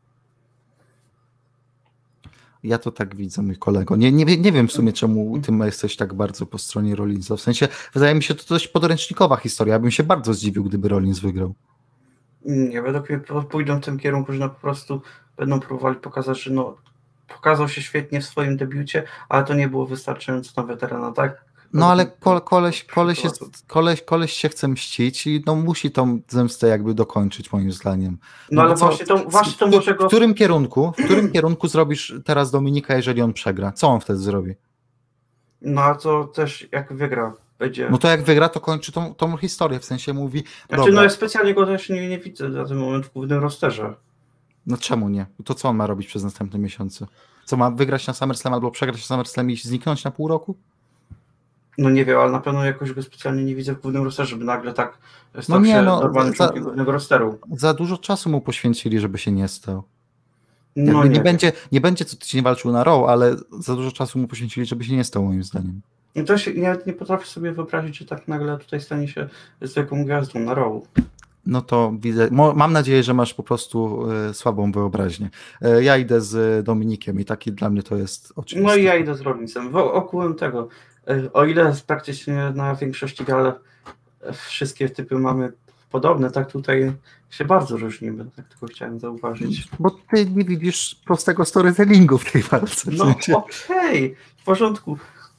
Ja to tak widzę, mój kolego. Nie, nie, nie wiem w sumie, czemu ty jesteś tak bardzo po stronie Rollinsa. W sensie, wydaje mi się, to dość podręcznikowa historia. Ja bym się bardzo zdziwił, gdyby Rollins wygrał. Nie, według mnie pójdą w tym kierunku, że no po prostu będą próbowali pokazać, że no pokazał się świetnie w swoim debiucie, ale to nie było wystarczająco na weterana, tak? No ale ko- koleś, koleś, jest, koleś, koleś się chce mścić i no musi tą zemstę jakby dokończyć, moim zdaniem. No, no ale co, właśnie to, właśnie to w, może go... W którym kierunku, w którym kierunku zrobisz teraz Dominika, jeżeli on przegra? Co on wtedy zrobi? No a to też jak wygra będzie... No to jak wygra, to kończy tą, tą historię, w sensie mówi... Znaczy dobra. No ja specjalnie go też nie, nie widzę na ten moment w głównym rosterze. No czemu nie? To co on ma robić przez następne miesiące? Co, ma wygrać na SummerSlam albo przegrać na SummerSlam i zniknąć na pół roku? No nie wiem, ale na pewno jakoś go specjalnie nie widzę w głównym rosterze, żeby nagle tak stał no nie, się no, normalnym za, członkiem głównego rosteru. Za dużo czasu mu poświęcili, żeby się nie stał. No nie, nie, będzie, nie będzie co tydzień walczył na Raw, ale za dużo czasu mu poświęcili, żeby się nie stał, moim zdaniem. I to się, ja nie potrafię sobie wyobrazić, że tak nagle tutaj stanie się zwykłą gwiazdą na Raw. No to widzę, mam nadzieję, że masz po prostu y, słabą wyobraźnię. Y, ja idę z Dominikiem i taki dla mnie to jest oczywiste. No i ja idę z Rollinsem. Ogółem tego, o ile praktycznie na większości gal wszystkie typy mamy podobne, tak tutaj się bardzo różnimy, tak tylko chciałem zauważyć. Bo ty nie widzisz prostego storytellingu w tej walce. No okej, okay, w porządku.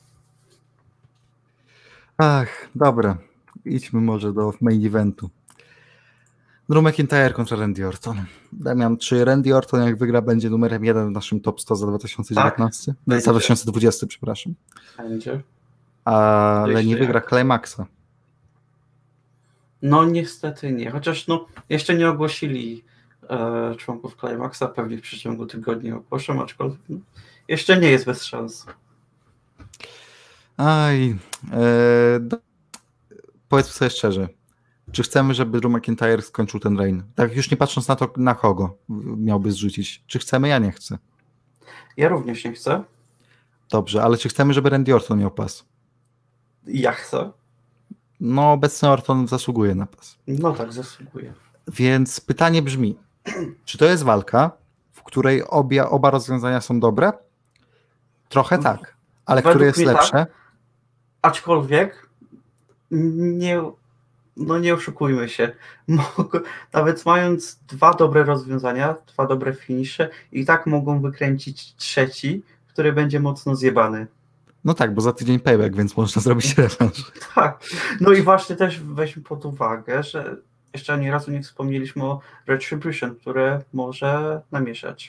Ach, dobra. Idźmy może do main eventu. Drew McIntyre kontra Randy Orton. Damian, czy Randy Orton jak wygra będzie numerem jeden w naszym top sto za dwa tysiące dziewiętnasty? Tak, za dwa tysiące dwudziesty, przepraszam. Będzie. Ale nie wygra jak? Climaxa. No niestety nie, chociaż no jeszcze nie ogłosili e, członków Climaxa, pewnie w przeciągu tygodni ogłoszą, aczkolwiek no, jeszcze nie jest bez szans. Aj, e, do, powiedzmy sobie szczerze, czy chcemy, żeby Drew McIntyre skończył ten reign? Tak już nie patrząc na to, na kogo miałby zrzucić. Czy chcemy? Ja nie chcę. Ja również nie chcę. Dobrze, ale czy chcemy, żeby Randy Orton miał pas? Ja chcę. No obecny Orton zasługuje na pas. No tak, zasługuje. Więc pytanie brzmi, czy to jest walka, w której obie, oba rozwiązania są dobre? Trochę tak, ale Według które jest mnie lepsze? Tak, aczkolwiek nie, no nie oszukujmy się. Mogą, nawet mając dwa dobre rozwiązania, dwa dobre finisze, i tak mogą wykręcić trzeci, który będzie mocno zjebany. No tak, bo za tydzień payback, więc można zrobić rewanż. Tak. No i właśnie też weźmy pod uwagę, że jeszcze ani razu nie wspomnieliśmy o Retribution, które może namieszać.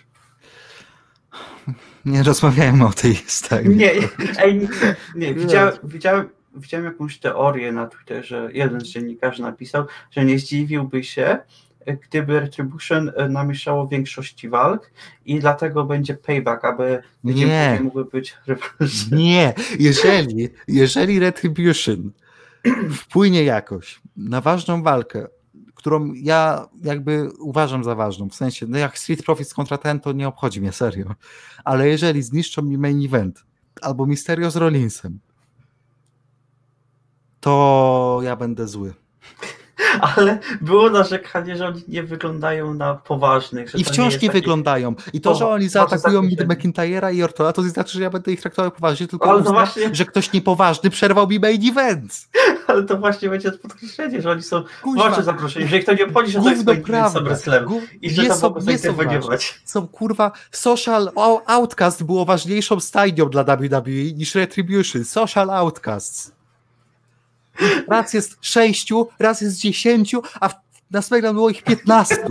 Nie rozmawiajmy o tej stanie. Nie, ej, nie, nie. Widziałem, widziałem, widziałem jakąś teorię na Twitterze, jeden z dziennikarzy napisał, że nie zdziwiłby się, gdyby Retribution namieszało większości walk i dlatego będzie payback, aby nie mogły być rewanże. Nie, jeżeli, jeżeli Retribution wpłynie jakoś na ważną walkę, którą ja jakby uważam za ważną, w sensie, no jak Street Profits kontra ten, to nie obchodzi mnie, serio, ale jeżeli zniszczą mi main event, albo Mysterio z Rollinsem, to ja będę zły. Ale było narzekanie, że oni nie wyglądają na poważnych. Że I wciąż nie, nie wyglądają. I to, że oni zaatakują mi McIntyre'a i Ortona, to znaczy, że ja będę ich traktował poważnie, tylko ale uzna, właśnie... że ktoś niepoważny przerwał mi main event. Ale to właśnie będzie podkreślenie, że oni są bardzo zaproszeni, że ich to nie obchodzi, że to jest main event SummerSlam i że tam mogą zainterweniować. Są kurwa, Social Outcast było ważniejszą stajnią dla W W E niż Retribution. Social Outcasts. Raz jest sześciu, raz jest dziesięciu, a na SmackDown było ich piętnastu.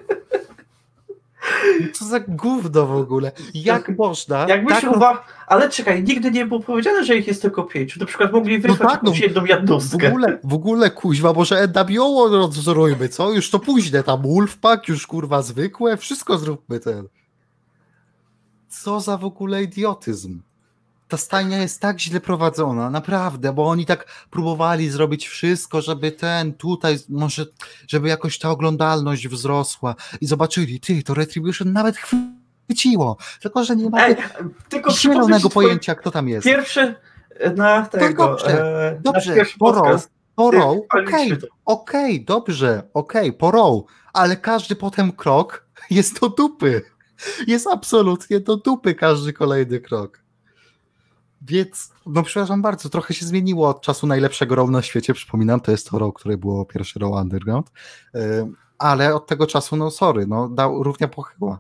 Co za gówno w ogóle. Jak można... Jakbyś taką... uwa... Ale czekaj, nigdy nie było powiedziane, że ich jest tylko pięciu. Na przykład mogli wysłać no tak, jakąś no, jedną jednostkę. W ogóle, w ogóle kuźwa, może N W O rozwzorujmy, co? Już to późne, tam Wolfpack, już kurwa zwykłe, wszystko zróbmy ten. Co za w ogóle idiotyzm. Ta stajnia jest tak źle prowadzona, naprawdę, bo oni tak próbowali zrobić wszystko, żeby ten tutaj, może, żeby jakoś ta oglądalność wzrosła i zobaczyli, ty, to Retribution nawet chwyciło, tylko że nie ma zielonego pojęcia, kto tam jest. Pierwszy na tego, dobrze, e, dobrze, na po Raw, po Raw, okej, okay, okej, okay, dobrze, okej, okay, po Raw, ale każdy potem krok jest do dupy, jest absolutnie do dupy każdy kolejny krok. Więc, no przepraszam bardzo, trochę się zmieniło od czasu najlepszego Raw na świecie, przypominam, to jest to Raw, które było pierwszy Raw Underground, ale od tego czasu, no sorry, no dał, równia pochyła.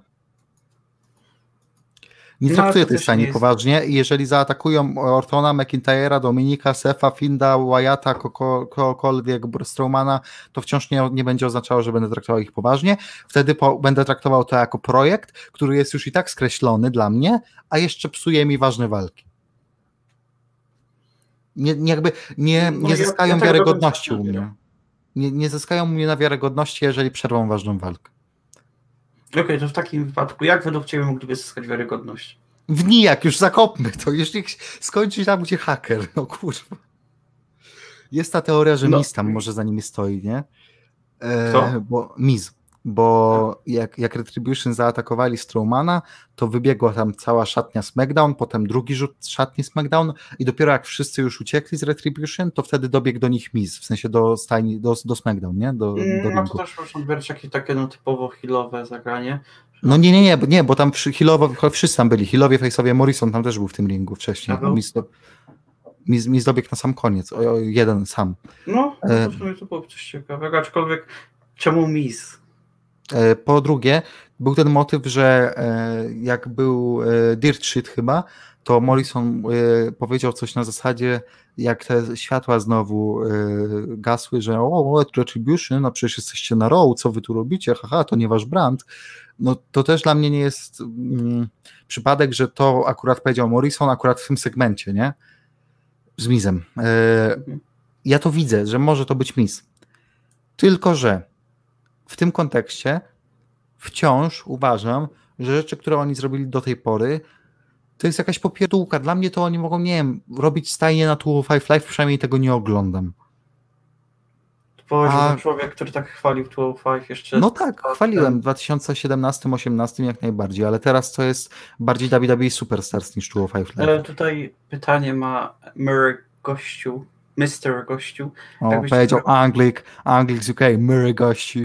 Nie no, traktuję tej stanie poważnie i jeżeli zaatakują Ortona, McIntyre'a, Dominika, Sefa, Finda, Wyatta, kogokolwiek, Strowmana, to wciąż nie, nie będzie oznaczało, że będę traktował ich poważnie. Wtedy po, będę traktował to jako projekt, który jest już i tak skreślony dla mnie, a jeszcze psuje mi ważne walki. Nie, nie, jakby nie, nie no, zyskają ja, wiarygodności u mnie. Nie, nie zyskają u mnie na wiarygodności, jeżeli przerwą ważną walkę. Okej, okay, to w takim wypadku, jak według Ciebie mogliby zyskać wiarygodność? W nijak, już zakopmy to, już niech skończy tam, gdzie haker, no kurwa. Jest ta teoria, że no. Miz tam może za nimi stoi, nie? E, Co? Bo Miz. bo jak, jak Retribution zaatakowali Strowmana, to wybiegła tam cała szatnia SmackDown, potem drugi rzut szatni SmackDown i dopiero jak wszyscy już uciekli z Retribution, to wtedy dobiegł do nich Miz, w sensie do stajni, do, do SmackDown, nie? Do, do No ringu. to też można odbierać jakieś takie no, typowo healowe zagranie. No nie, nie, nie, nie, bo tam healowo, wszyscy tam byli, healowie, face'owie, Morrison tam też był w tym ringu wcześniej. Miz, do, Miz, Miz dobiegł na sam koniec, o, o, jeden sam. No, no to w sumie to było coś ciekawego, aczkolwiek czemu Miz? Po drugie, był ten motyw, że jak był Dirt Shit chyba, to Morrison powiedział coś na zasadzie, jak te światła znowu gasły, że o, Retribution, no przecież jesteście na Raw, co wy tu robicie, haha, to nie wasz brand. No to też dla mnie nie jest mm, przypadek, że to akurat powiedział Morrison, akurat w tym segmencie, nie? Z Mizem. Ja to widzę, że może to być Miz. Tylko, że w tym kontekście wciąż uważam, że rzeczy, które oni zrobili do tej pory, to jest jakaś popierdółka. Dla mnie to oni mogą, nie wiem, robić stajnie na Two Five Live, przynajmniej tego nie oglądam. Powiedział A... człowiek, który tak chwalił Two Five jeszcze. No tak, chwaliłem w dwa tysiące siedemnastym osiemnastym jak najbardziej, ale teraz to jest bardziej W W E Superstars niż Two Five Live. Ale tutaj pytanie ma Murray Gościu, mister Gościu. O, powiedział to... Anglik, Anglik z U K, Murray Gościu.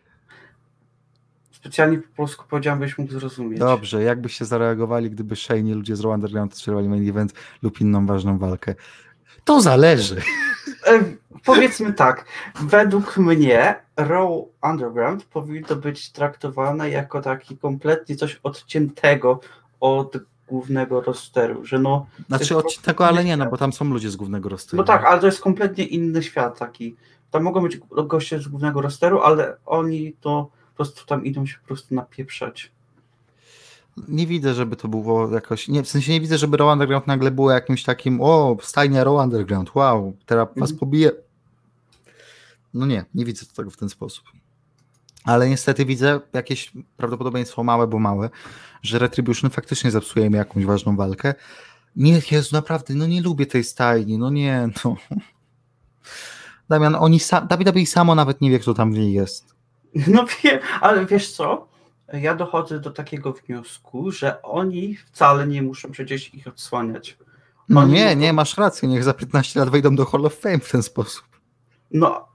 Specjalnie po polsku powiedziałem, byś mógł zrozumieć. Dobrze, jakbyście zareagowali, gdyby Shane i ludzie z Raw Underground odstrzelali main event lub inną ważną walkę? To zależy. E, powiedzmy tak, według mnie Raw Underground powinno być traktowane jako taki kompletnie coś odciętego od głównego rosteru, że no... Znaczy odciętego, ale nie, no bo tam są ludzie z głównego rosteru. No tak, ale to jest kompletnie inny świat taki. Tam mogą być goście z głównego rosteru, ale oni to po prostu tam idą się po prostu napieprzać. Nie widzę, żeby to było jakoś... Nie, w sensie nie widzę, żeby Raw Underground nagle było jakimś takim o, stajnia Raw Underground, wow, teraz was mm. pobije. No nie, nie widzę tego w ten sposób. Ale niestety widzę jakieś prawdopodobieństwo małe, bo małe, że Retribution faktycznie zepsuje mi jakąś ważną walkę. Nie, Jezu, naprawdę, no nie lubię tej stajni, no nie, no. Damian, oni sam, W W E samo nawet nie wie, kto tam w niej jest. No wiem, ale wiesz co? Ja dochodzę do takiego wniosku, że oni wcale nie muszą przecież ich odsłaniać. No oni nie, mogą... nie, masz rację, niech za piętnaście lat wejdą do Hall of Fame w ten sposób. No,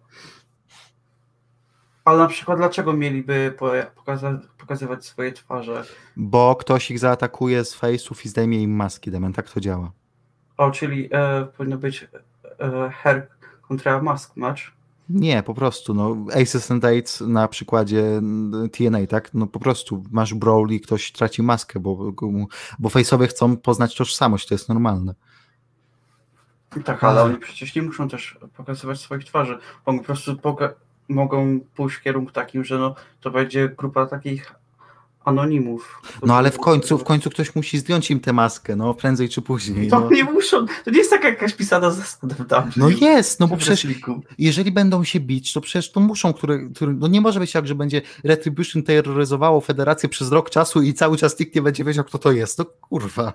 ale na przykład dlaczego mieliby pokaza- pokazywać swoje twarze? Bo ktoś ich zaatakuje z face'ów i zdejmie im maski, Damian, tak to działa. O, czyli e, powinno być e, hair kontra mask match? Nie, po prostu, no, Aces and Eights na przykładzie T N A, tak? No po prostu masz brawl i ktoś traci maskę, bo, bo face'owie chcą poznać tożsamość, to jest normalne. Tak, ale oni przecież nie muszą też pokazywać swoich twarzy. Oni po prostu poka- mogą pójść w kierunku takim, że no, to będzie grupa takich anonimów. No ale w końcu, w końcu ktoś musi zdjąć im tę maskę, no prędzej czy później. To no. nie muszą, to nie jest taka jakaś pisana zasada w W. No jest, no bo przecież jeżeli będą się bić, to przecież to muszą, które, które, no nie może być tak, że będzie Retribution terroryzowało federację przez rok czasu i cały czas nikt nie będzie wiedział, kto to jest. No kurwa.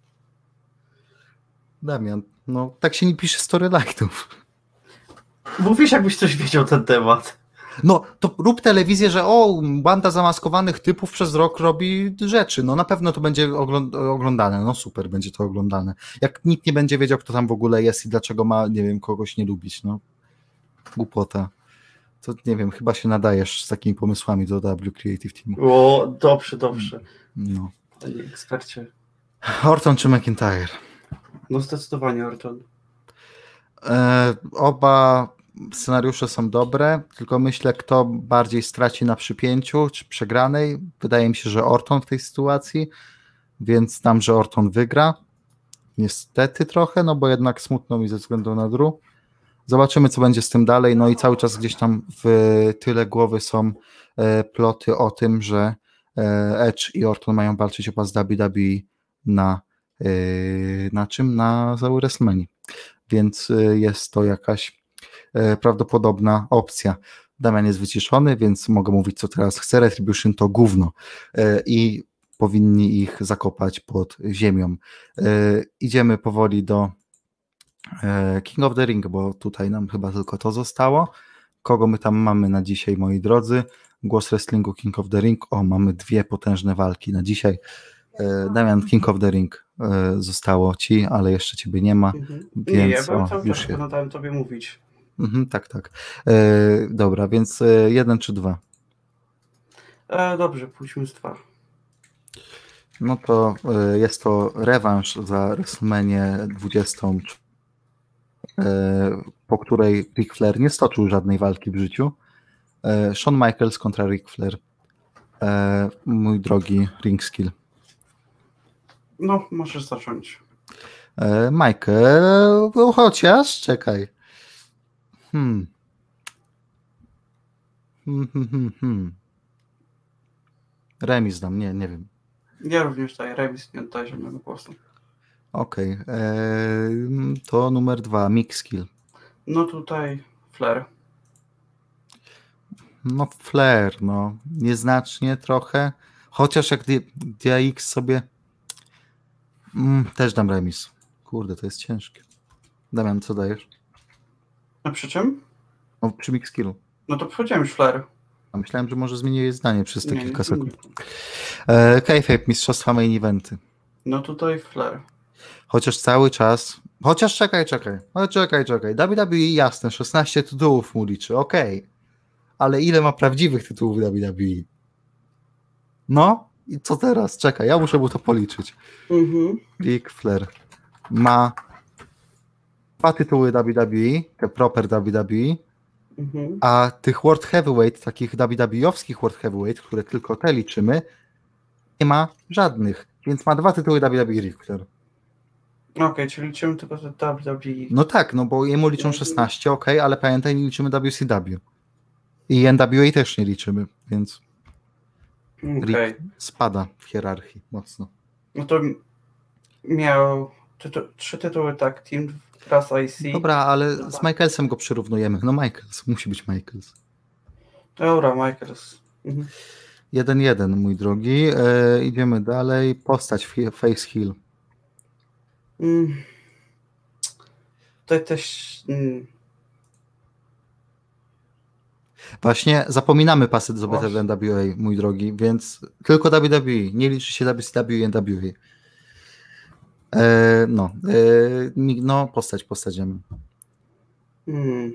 Damian, no tak się nie pisze storyline'ów. Mówisz, jakbyś coś wiedział ten temat. No, to rób telewizję, że o, banda zamaskowanych typów przez rok robi rzeczy. No na pewno to będzie oglądane. No super, będzie to oglądane. Jak nikt nie będzie wiedział, kto tam w ogóle jest i dlaczego ma, nie wiem, kogoś nie lubić, no. Głupota. To nie wiem, chyba się nadajesz z takimi pomysłami do W Creative Teamu. O, dobrze, dobrze. No. Panie ekspercie. Orton czy McIntyre? No zdecydowanie Orton. E, oba scenariusze są dobre, tylko myślę, kto bardziej straci na przypięciu czy przegranej. Wydaje mi się, że Orton w tej sytuacji, więc tam, że Orton wygra. Niestety trochę, no bo jednak smutno mi ze względu na Drew. Zobaczymy, co będzie z tym dalej. No i cały czas gdzieś tam w tyle głowy są e, ploty o tym, że e, Edge i Orton mają walczyć o pas W W E na, e, na czym? Na WrestleMania. Więc e, jest to jakaś e, prawdopodobna opcja. Damian jest wyciszony, więc mogę mówić, co teraz chcę. Retribution to gówno e, i powinni ich zakopać pod ziemią. E, idziemy powoli do King of the Ring, bo tutaj nam chyba tylko to zostało. kogo my tam mamy na dzisiaj, moi drodzy? Głos wrestlingu King of the Ring. O, mamy dwie potężne walki na dzisiaj. Damian, King of the Ring zostało ci, ale jeszcze ciebie nie ma, Mhm. więc Nie, ja byłem o, cały już czas, się. nadałem tobie mówić. Mhm, tak, tak. E, dobra, więc jeden czy dwa? E, dobrze, pójdźmy z dwa. No to e, jest to rewanż za WrestleManię dwudziestą, e, po której Ric Flair nie stoczył żadnej walki w życiu. E, Shawn Michaels kontra Ric Flair. E, mój drogi ring skill. No, możesz zacząć. E, Michael, no chociaż, czekaj. Hmm. Hmm, hmm, hmm, hmm. Remis dam, nie, nie wiem. Ja również daję remis, nie oddaję żadnego głosu. Okej, okay. To numer dwa, mix skill. No tutaj Flair. No Flair, no nieznacznie trochę, chociaż jak D X sobie mm, też dam remis. Kurde, to jest ciężkie. Damian, co dajesz? A przy czym? No, przy mix skillu. No to powiedziałem już Flair. A myślałem, że może zmieniłeś zdanie przez te Nie, kilka nie, sekund. nie. E, Kayfabe, mistrzostwa main eventy. No tutaj Flair. Chociaż cały czas, chociaż czekaj, czekaj, no czekaj, czekaj, W W E jasne, szesnaście tytułów mu liczy, okej, okay. Ale ile ma prawdziwych tytułów W W E? No i co teraz? Czekaj, ja muszę mu to policzyć. Mhm. Ric Flair ma dwa tytuły W W E, te proper W W E, Mhm. a tych World Heavyweight, takich W W E-owskich World Heavyweight, które tylko te liczymy, nie ma żadnych, więc ma dwa tytuły W W E Ric Flair. Okej, okay, czyli liczymy tylko te W W E. No tak, no bo jemu liczą szesnaście, ok, ale pamiętaj, nie liczymy W C W. I N W A też nie liczymy, więc Okay. Ric spada w hierarchii mocno. No to miał tytu- trzy tytuły tag team, raz I C. Dobra, ale z Michaelsem go przyrównujemy. No Michaels, musi być Michaels. Dobra, Michaels. Mhm. jeden jeden, mój drogi. E, idziemy dalej. Postać face heel. Mm. Tutaj też... Mm. Właśnie zapominamy pasy do zdobyte w Właśnie. N W A, mój drogi, więc tylko W W E, nie liczy się W C W i N W A. E, no, e, no, postać, postać. Hmm.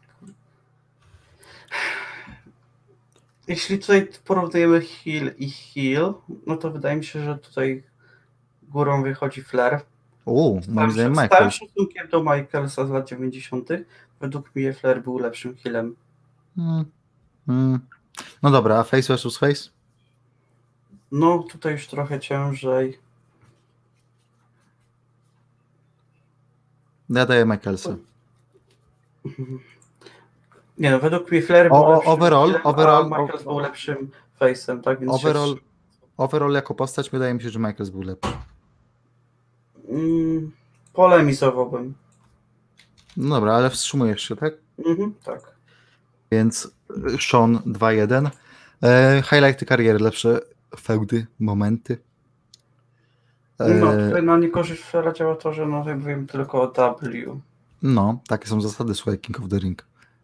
Jeśli tutaj porównujemy heel i heel, no to wydaje mi się, że tutaj górą wychodzi Flair. U, moim zdaniem Z całym Michaels. szacunkiem do Michaelsa z lat dziewięćdziesiątych, według mnie Flair był lepszym heelem. Hmm. Hmm. No dobra, a face versus face? No tutaj już trochę ciężej. Ja daję Michaelsa. Nie no, według mnie Flair był O, lepszym overall, heelem, overall, a Michaels był lepszym face'em, tak więc Overall, się... overall jako postać wydaje mi się, że Michaels był lepszy. Mm, polemizowałbym. No dobra, ale wstrzymujesz się, tak? Mhm, tak. Więc Sean dwa jeden. E, highlighty kariery, lepsze feudy, momenty. E, No tutaj na niekorzyść Flaira działa to, że no tutaj mówimy tylko o W. no, takie są zasady słuchaj King of the Ring.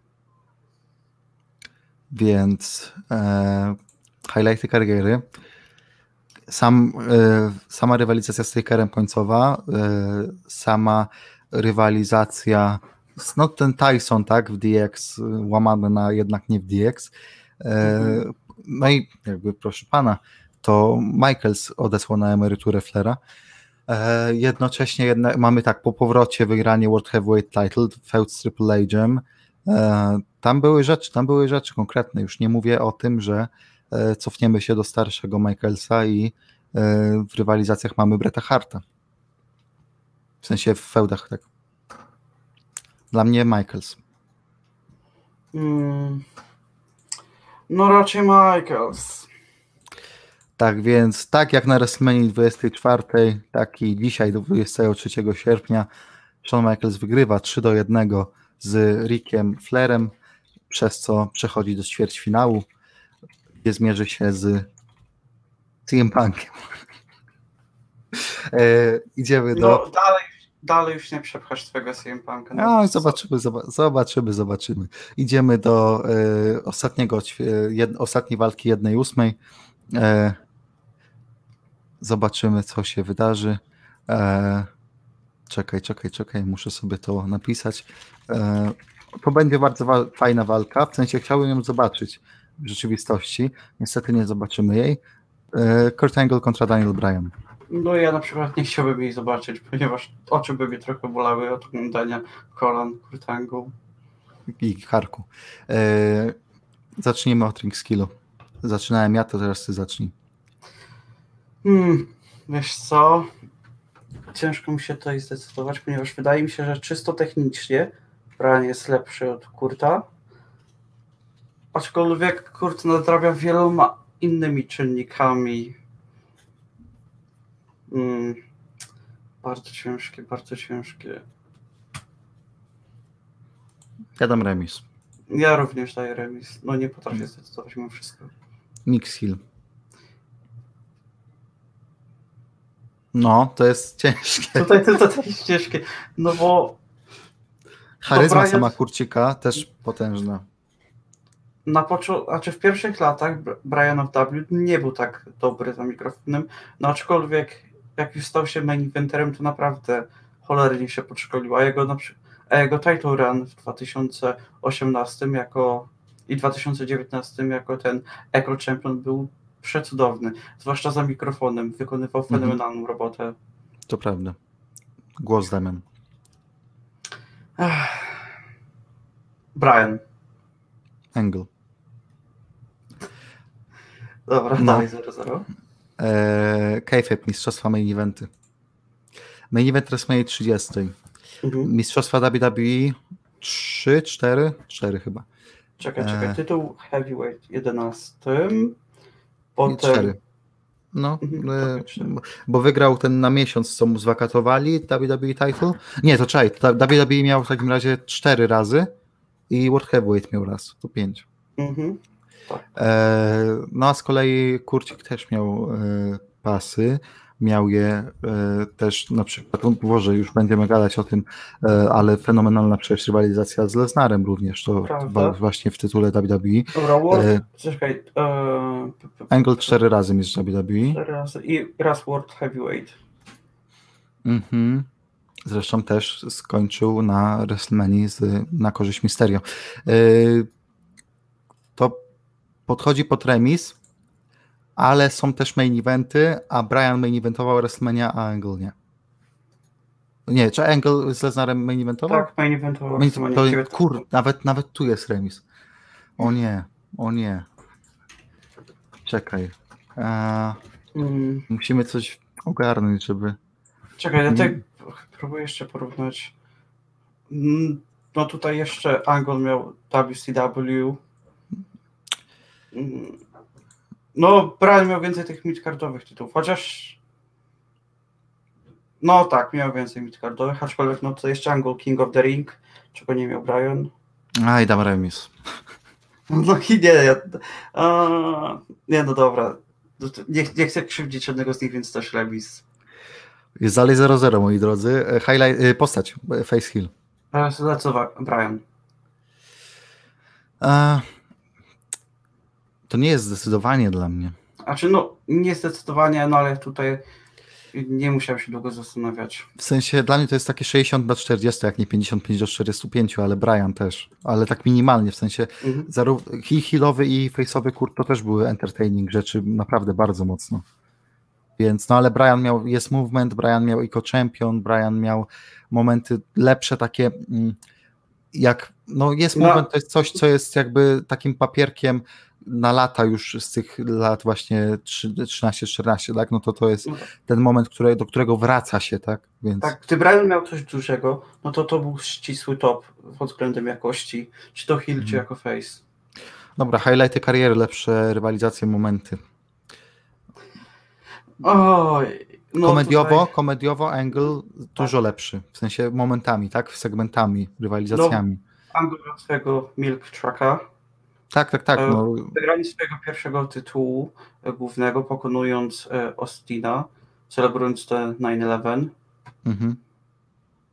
Więc e, highlighty kariery. Sam, e, sama rywalizacja z Takerem końcowa, e, sama rywalizacja, no ten Tyson, tak, w D X, łamany na jednak nie w D X. E, mhm. No i jakby proszę pana, to Michaels odesłał na emeryturę Flaira. E, jednocześnie jednak mamy tak, po powrocie wygranie World Heavyweight Title, feud z Triple H'em. E, tam były rzeczy, tam były rzeczy konkretne. Już nie mówię o tym, że e, cofniemy się do starszego Michaelsa i e, w rywalizacjach mamy Bret'a Harta. W sensie w feudach, tak. Dla mnie Michaels. Hmm. No raczej Michaels. Tak więc, tak jak na WrestleMania dwudziestej czwartej, tak i dzisiaj do dwudziestego trzeciego sierpnia Shawn Michaels wygrywa trzy do jednego z Rickiem Flairem, przez co przechodzi do ćwierćfinału, gdzie zmierzy się z C M Punkiem. e, idziemy do... No dalej, dalej już nie przepchasz swojego C M Punka. No, No, zobaczymy, zoba- zobaczymy, zobaczymy. Idziemy do e, ostatniego, ćwi- jed, ostatniej walki jednej ósmej. E, zobaczymy, co się wydarzy. E, czekaj, czekaj, czekaj, muszę sobie to napisać. E, to będzie bardzo wa- fajna walka, w sensie chciałbym ją zobaczyć w rzeczywistości. Niestety nie zobaczymy jej. E, Kurt Angle kontra Daniel Bryan. No ja na przykład nie chciałbym jej zobaczyć, ponieważ oczy by mnie trochę bolały od oglądania kolan Kurt Angle. I karku. E, zacznijmy od ring skillu. Zaczynałem ja, to teraz ty zacznij. Hmm, wiesz co? Ciężko mi się tutaj zdecydować, ponieważ wydaje mi się, że czysto technicznie Bryan jest lepszy od Kurta. Aczkolwiek Kurt nadrabia wieloma innymi czynnikami. Hmm, bardzo ciężkie, bardzo ciężkie. Ja dam remis. Ja również daję remis. No nie potrafię zdecydować mimo wszystko. Mix Hill. No, to jest ciężkie. Tutaj to, to jest ciężkie, no bo Charyzma Brian- sama Kurcika też potężna. na początku, znaczy w pierwszych latach Br- Brian w W nie był tak dobry za mikrofonem, no aczkolwiek jak już stał się main eventerem, to naprawdę cholernie się podszkolił, a jego, na przy- a jego title run w dwa tysiące osiemnastym jako i dwa tysiące dziewiętnastym jako ten Echo Champion był przecudowny, zwłaszcza za mikrofonem, wykonywał Mhm. fenomenalną robotę. To prawda. Głos Damian. Ech. Brian. Angle. Dobra, No. dalej zero zero. Eee, Kayfabe, Mistrzostwa Main Eventy. Main Event WrestleMania trzydziestej. Mhm. Mistrzostwa W W E trzy, cztery? cztery chyba. Czekaj, Eee. czekaj, tytuł Heavyweight jedenastym, potem... cztery. No, Mhm, e, tak, cztery. bo wygrał ten na miesiąc, co mu zwakatowali W W E title. Nie, to czekaj, ta- W W E miał w takim razie cztery razy i World Heavyweight miał raz, to pięć. Mhm. E, no a z kolei Kurcik też miał e, pasy, miał je e, też na przykład, no, Boże, już będziemy gadać o tym, e, ale fenomenalna przecież rywalizacja z Lesnarem również, to Prawda. wa- właśnie w tytule W W E. Dobra, World... E, Czekaj, e... p- p- Angle cztery razy mistrz W W E. cztery razy i raz World Heavyweight. Mhm. Zresztą też skończył na WrestleManii z, na korzyść Mysterio. Yy, to podchodzi pod remis, ale są też main eventy, a Brian main eventował WrestleMania, a Angle nie. Nie, czy Angle z Lesnarem main eventował? Tak, main eventował Main, WrestleMania to, dziewiętnaście. kur, nawet, nawet tu jest remis. O nie, o nie. Czekaj. Eee, Mm, musimy coś ogarnąć, żeby... czekaj, ja tak Mm. próbuję jeszcze porównać. Mm, No tutaj jeszcze Angle miał W C W. Mm, No, Brian miał więcej tych midcardowych tytułów, chociaż... No tak, miał więcej midcardowych, aczkolwiek no to jeszcze Angle King of the Ring, czego nie miał Brian. Aj, dam remis. No i nie, ja, a, nie no dobra, No to nie, nie chcę krzywdzić żadnego z nich, więc też remis. Jest dalej zero zero, moi drodzy. E, Highlight, e, postać, e, Face Hill. Zdecydowanie Brian. E, to nie jest zdecydowanie dla mnie. Znaczy no, nie zdecydowanie, no ale tutaj nie musiałem się długo zastanawiać. W sensie dla mnie to jest takie sześćdziesiąt do czterdziestu, jak nie pięćdziesiąt pięć do czterdziestu pięciu, ale Brian też. Ale tak minimalnie, w sensie Mhm. zarówno i healowy i face'owy Kurt to też były entertaining rzeczy naprawdę bardzo mocno. Więc no ale Brian miał, jest movement, Brian miał Eco Champion, Brian miał momenty lepsze takie mm, jak, no jest No. movement, to jest coś, co jest jakby takim papierkiem na lata już z tych lat właśnie trzynaście czternaście, tak, no to to jest No, ten moment, który, do którego wraca się, tak, więc tak, gdy Brian miał coś dużego, no to to był ścisły top pod względem jakości, czy to heel, Mhm. czy jako face. dobra, highlighty kariery, lepsze rywalizacje, momenty. Oj, no komediowo, tutaj, komediowo Angle dużo lepszy, w sensie momentami, tak, segmentami, rywalizacjami. Angle miał swojego Milk Trucka, Tak, tak, tak, e, no, wygranie swojego pierwszego tytułu e, głównego, pokonując e, Austina, celebrując te nine eleven. mhm.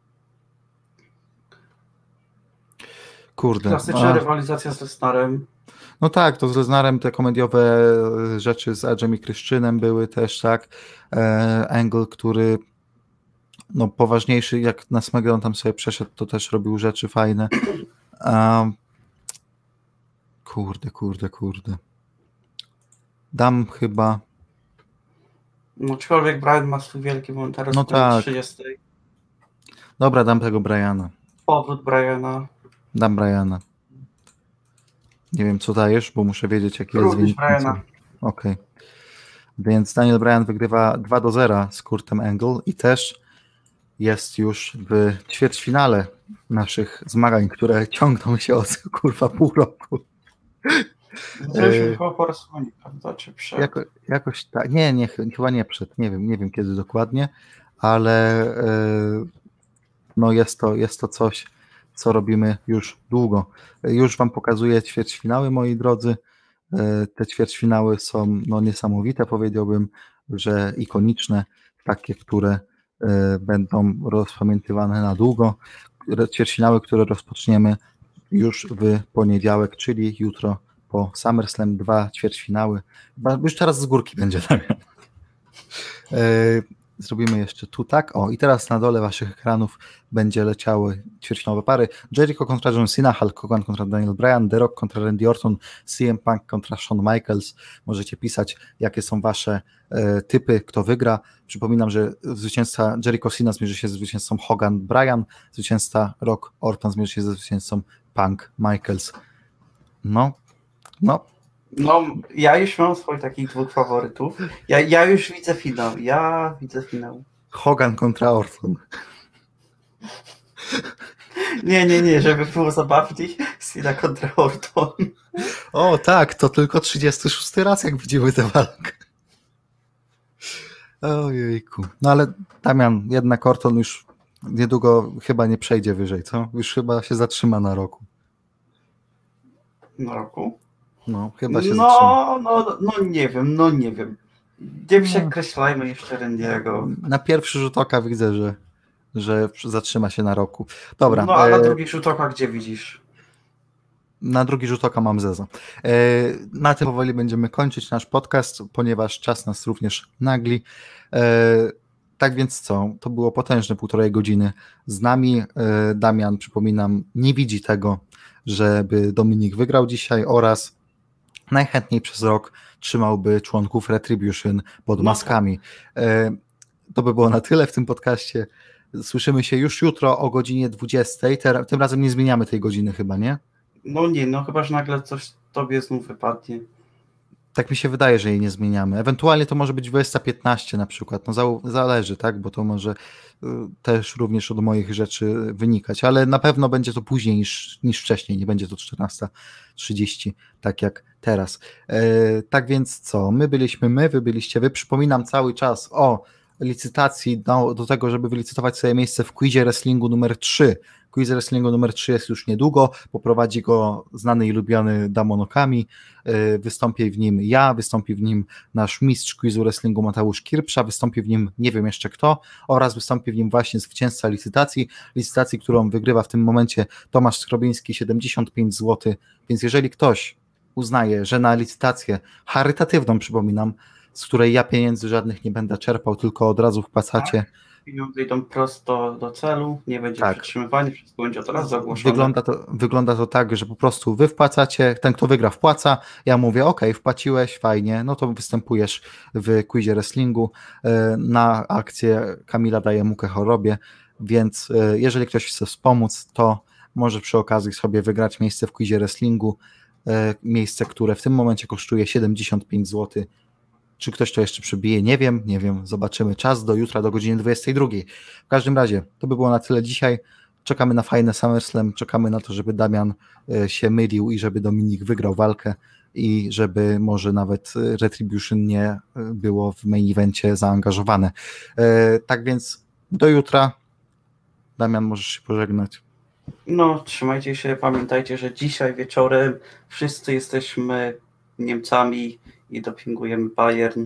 kurde. Klasyczna A, rywalizacja z Lesnarem. no tak, to z Lesnarem te komediowe rzeczy z Edge'em i Christianem były też, tak. E, Angle, który no poważniejszy, jak na SmackDown tam sobie przeszedł, to też robił rzeczy fajne. A, kurde, kurde, kurde. Dam chyba... No, aczkolwiek Brian ma swój wielki moment teraz No w tak. trzydziestej. Dobra, dam tego Briana. Powrót Briana. Dam Briana. Nie wiem, co dajesz, bo muszę wiedzieć, jaki jest Również wynik. Briana. Okej. Więc Daniel Bryan wygrywa dwa do zera z Kurtem Angle i też jest już w ćwierćfinale naszych zmagań, które ciągną się od kurwa pół roku. Zaczęliśmy chyba po Rasłonie, prawda? Czy przed? Jako, jakoś tak. Nie, nie, chyba nie przed. Nie wiem, nie wiem kiedy dokładnie, ale yy, no jest to, jest to coś, co robimy już długo. Już wam pokazuję ćwierćfinały, moi drodzy. Te ćwierćfinały są no, niesamowite, powiedziałbym, że ikoniczne, takie, które będą rozpamiętywane na długo. Ćwierćfinały, które rozpoczniemy już w poniedziałek, czyli jutro po SummerSlam, dwa ćwierćfinały. Już teraz z górki będzie, Damian. Zrobimy jeszcze tu tak. O, i teraz na dole waszych ekranów będzie leciały ćwierćfinałowe pary. Jericho kontra John Cena, Hulk Hogan kontra Daniel Bryan, The Rock kontra Randy Orton, C M Punk kontra Shawn Michaels. Możecie pisać, jakie są wasze e, typy, kto wygra. Przypominam, że zwycięzca Jericho Cena zmierzy się ze zwycięzcą Hogan Bryan, zwycięzca Rock Orton zmierzy się ze zwycięzcą Punk Michaels. No, no. No, ja już mam swoich takich dwóch faworytów. Ja, ja już widzę finał. Ja widzę finał. Hogan kontra Orton. Nie, nie, nie, żeby było zabawniej. Cena kontra Orton. O tak, to tylko trzydziesty szósty raz, jak widzimy tę walkę. Ojejku. No ale Damian, jednak Orton już niedługo chyba nie przejdzie wyżej, co? Już chyba się zatrzyma na roku. Na roku? No, chyba się no, zatrzyma. no, no nie wiem, no nie wiem. Nie przekreślajmy jeszcze Randy'ego. Na pierwszy rzut oka widzę, że, że zatrzyma się na roku. Dobra. No a na e... drugi rzut oka gdzie widzisz? Na drugi rzut oka mam Zeza. E... Na tym powoli będziemy kończyć nasz podcast, ponieważ czas nas również nagli. E... Tak więc co? To było potężne półtorej godziny z nami. E... Damian, przypominam, nie widzi tego, żeby Dominik wygrał dzisiaj oraz najchętniej przez rok trzymałby członków Retribution pod maskami. To by było na tyle w tym podcaście. Słyszymy się już jutro o godzinie dwudziestej. Tym razem nie zmieniamy tej godziny chyba, nie? No nie, no chyba, że nagle coś tobie znów wypadnie. Tak mi się wydaje, że jej nie zmieniamy. Ewentualnie to może być dwudziesta piętnaście na przykład. No za, zależy, tak? Bo to może y, też również od moich rzeczy wynikać, ale na pewno będzie to później niż, niż wcześniej. Nie będzie to czternasta trzydzieści, tak jak teraz. E, tak więc co? My byliśmy my, wy byliście wy. Przypominam cały czas o licytacji do, do tego, żeby wylicytować sobie miejsce w quizie wrestlingu numer trzy. Quiz wrestlingu numer trzy jest już niedługo, poprowadzi go znany i lubiany Damonokami, wystąpi w nim ja, wystąpi w nim nasz mistrz quizu wrestlingu Mateusz Kirpsza, wystąpi w nim nie wiem jeszcze kto oraz wystąpi w nim właśnie zwycięzca licytacji, licytacji, którą wygrywa w tym momencie Tomasz Skrobiński, siedemdziesiąt pięć złotych, więc jeżeli ktoś uznaje, że na licytację charytatywną, przypominam, z której ja pieniędzy żadnych nie będę czerpał, tylko od razu wpłacacie. Tak, pieniądze idą prosto do celu, nie będzie tak. przytrzymywania, wszystko będzie od razu ogłoszone. Wygląda to, wygląda to tak, że po prostu wy wpłacacie, ten kto wygra wpłaca, ja mówię ok, wpłaciłeś, fajnie, no to występujesz w quizie wrestlingu na akcję Kamila daje mukę chorobie, więc jeżeli ktoś chce wspomóc, to może przy okazji sobie wygrać miejsce w quizie wrestlingu, miejsce, które w tym momencie kosztuje siedemdziesiąt pięć złotych. Czy ktoś to jeszcze przebije? Nie wiem, nie wiem. Zobaczymy. Czas do jutra, do godziny dwudziestej drugiej. W każdym razie, to by było na tyle dzisiaj. Czekamy na fajne SummerSlam, czekamy na to, żeby Damian się mylił i żeby Dominik wygrał walkę i żeby może nawet Retribution nie było w main evencie zaangażowane. Tak więc do jutra. Damian, możesz się pożegnać. No, trzymajcie się, pamiętajcie, że dzisiaj wieczorem wszyscy jesteśmy Niemcami i dopingujemy Bayern.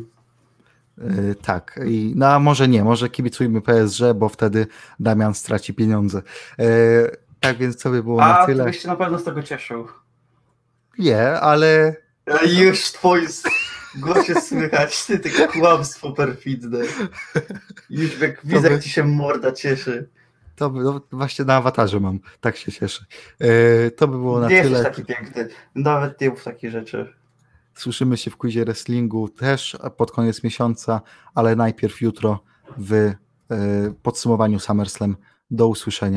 Yy, tak, i no a może nie, może kibicujmy P S G, bo wtedy Damian straci pieniądze. Yy, Tak więc to by było na A, tyle. to byś się na pewno z tego cieszył. Nie, ale A już w twoim głosie słychać ty, ty kłamstwo perfidne. Już jak widzę, by- jak ci się morda cieszy. to by, no, właśnie na awatarze mam. Tak się cieszę. E, to by było na Nie jesteś tyle. taki piękny. Nawet nie mów takich rzeczy. Słyszymy się w quizie wrestlingu też pod koniec miesiąca, ale najpierw jutro w e, podsumowaniu SummerSlam. Do usłyszenia.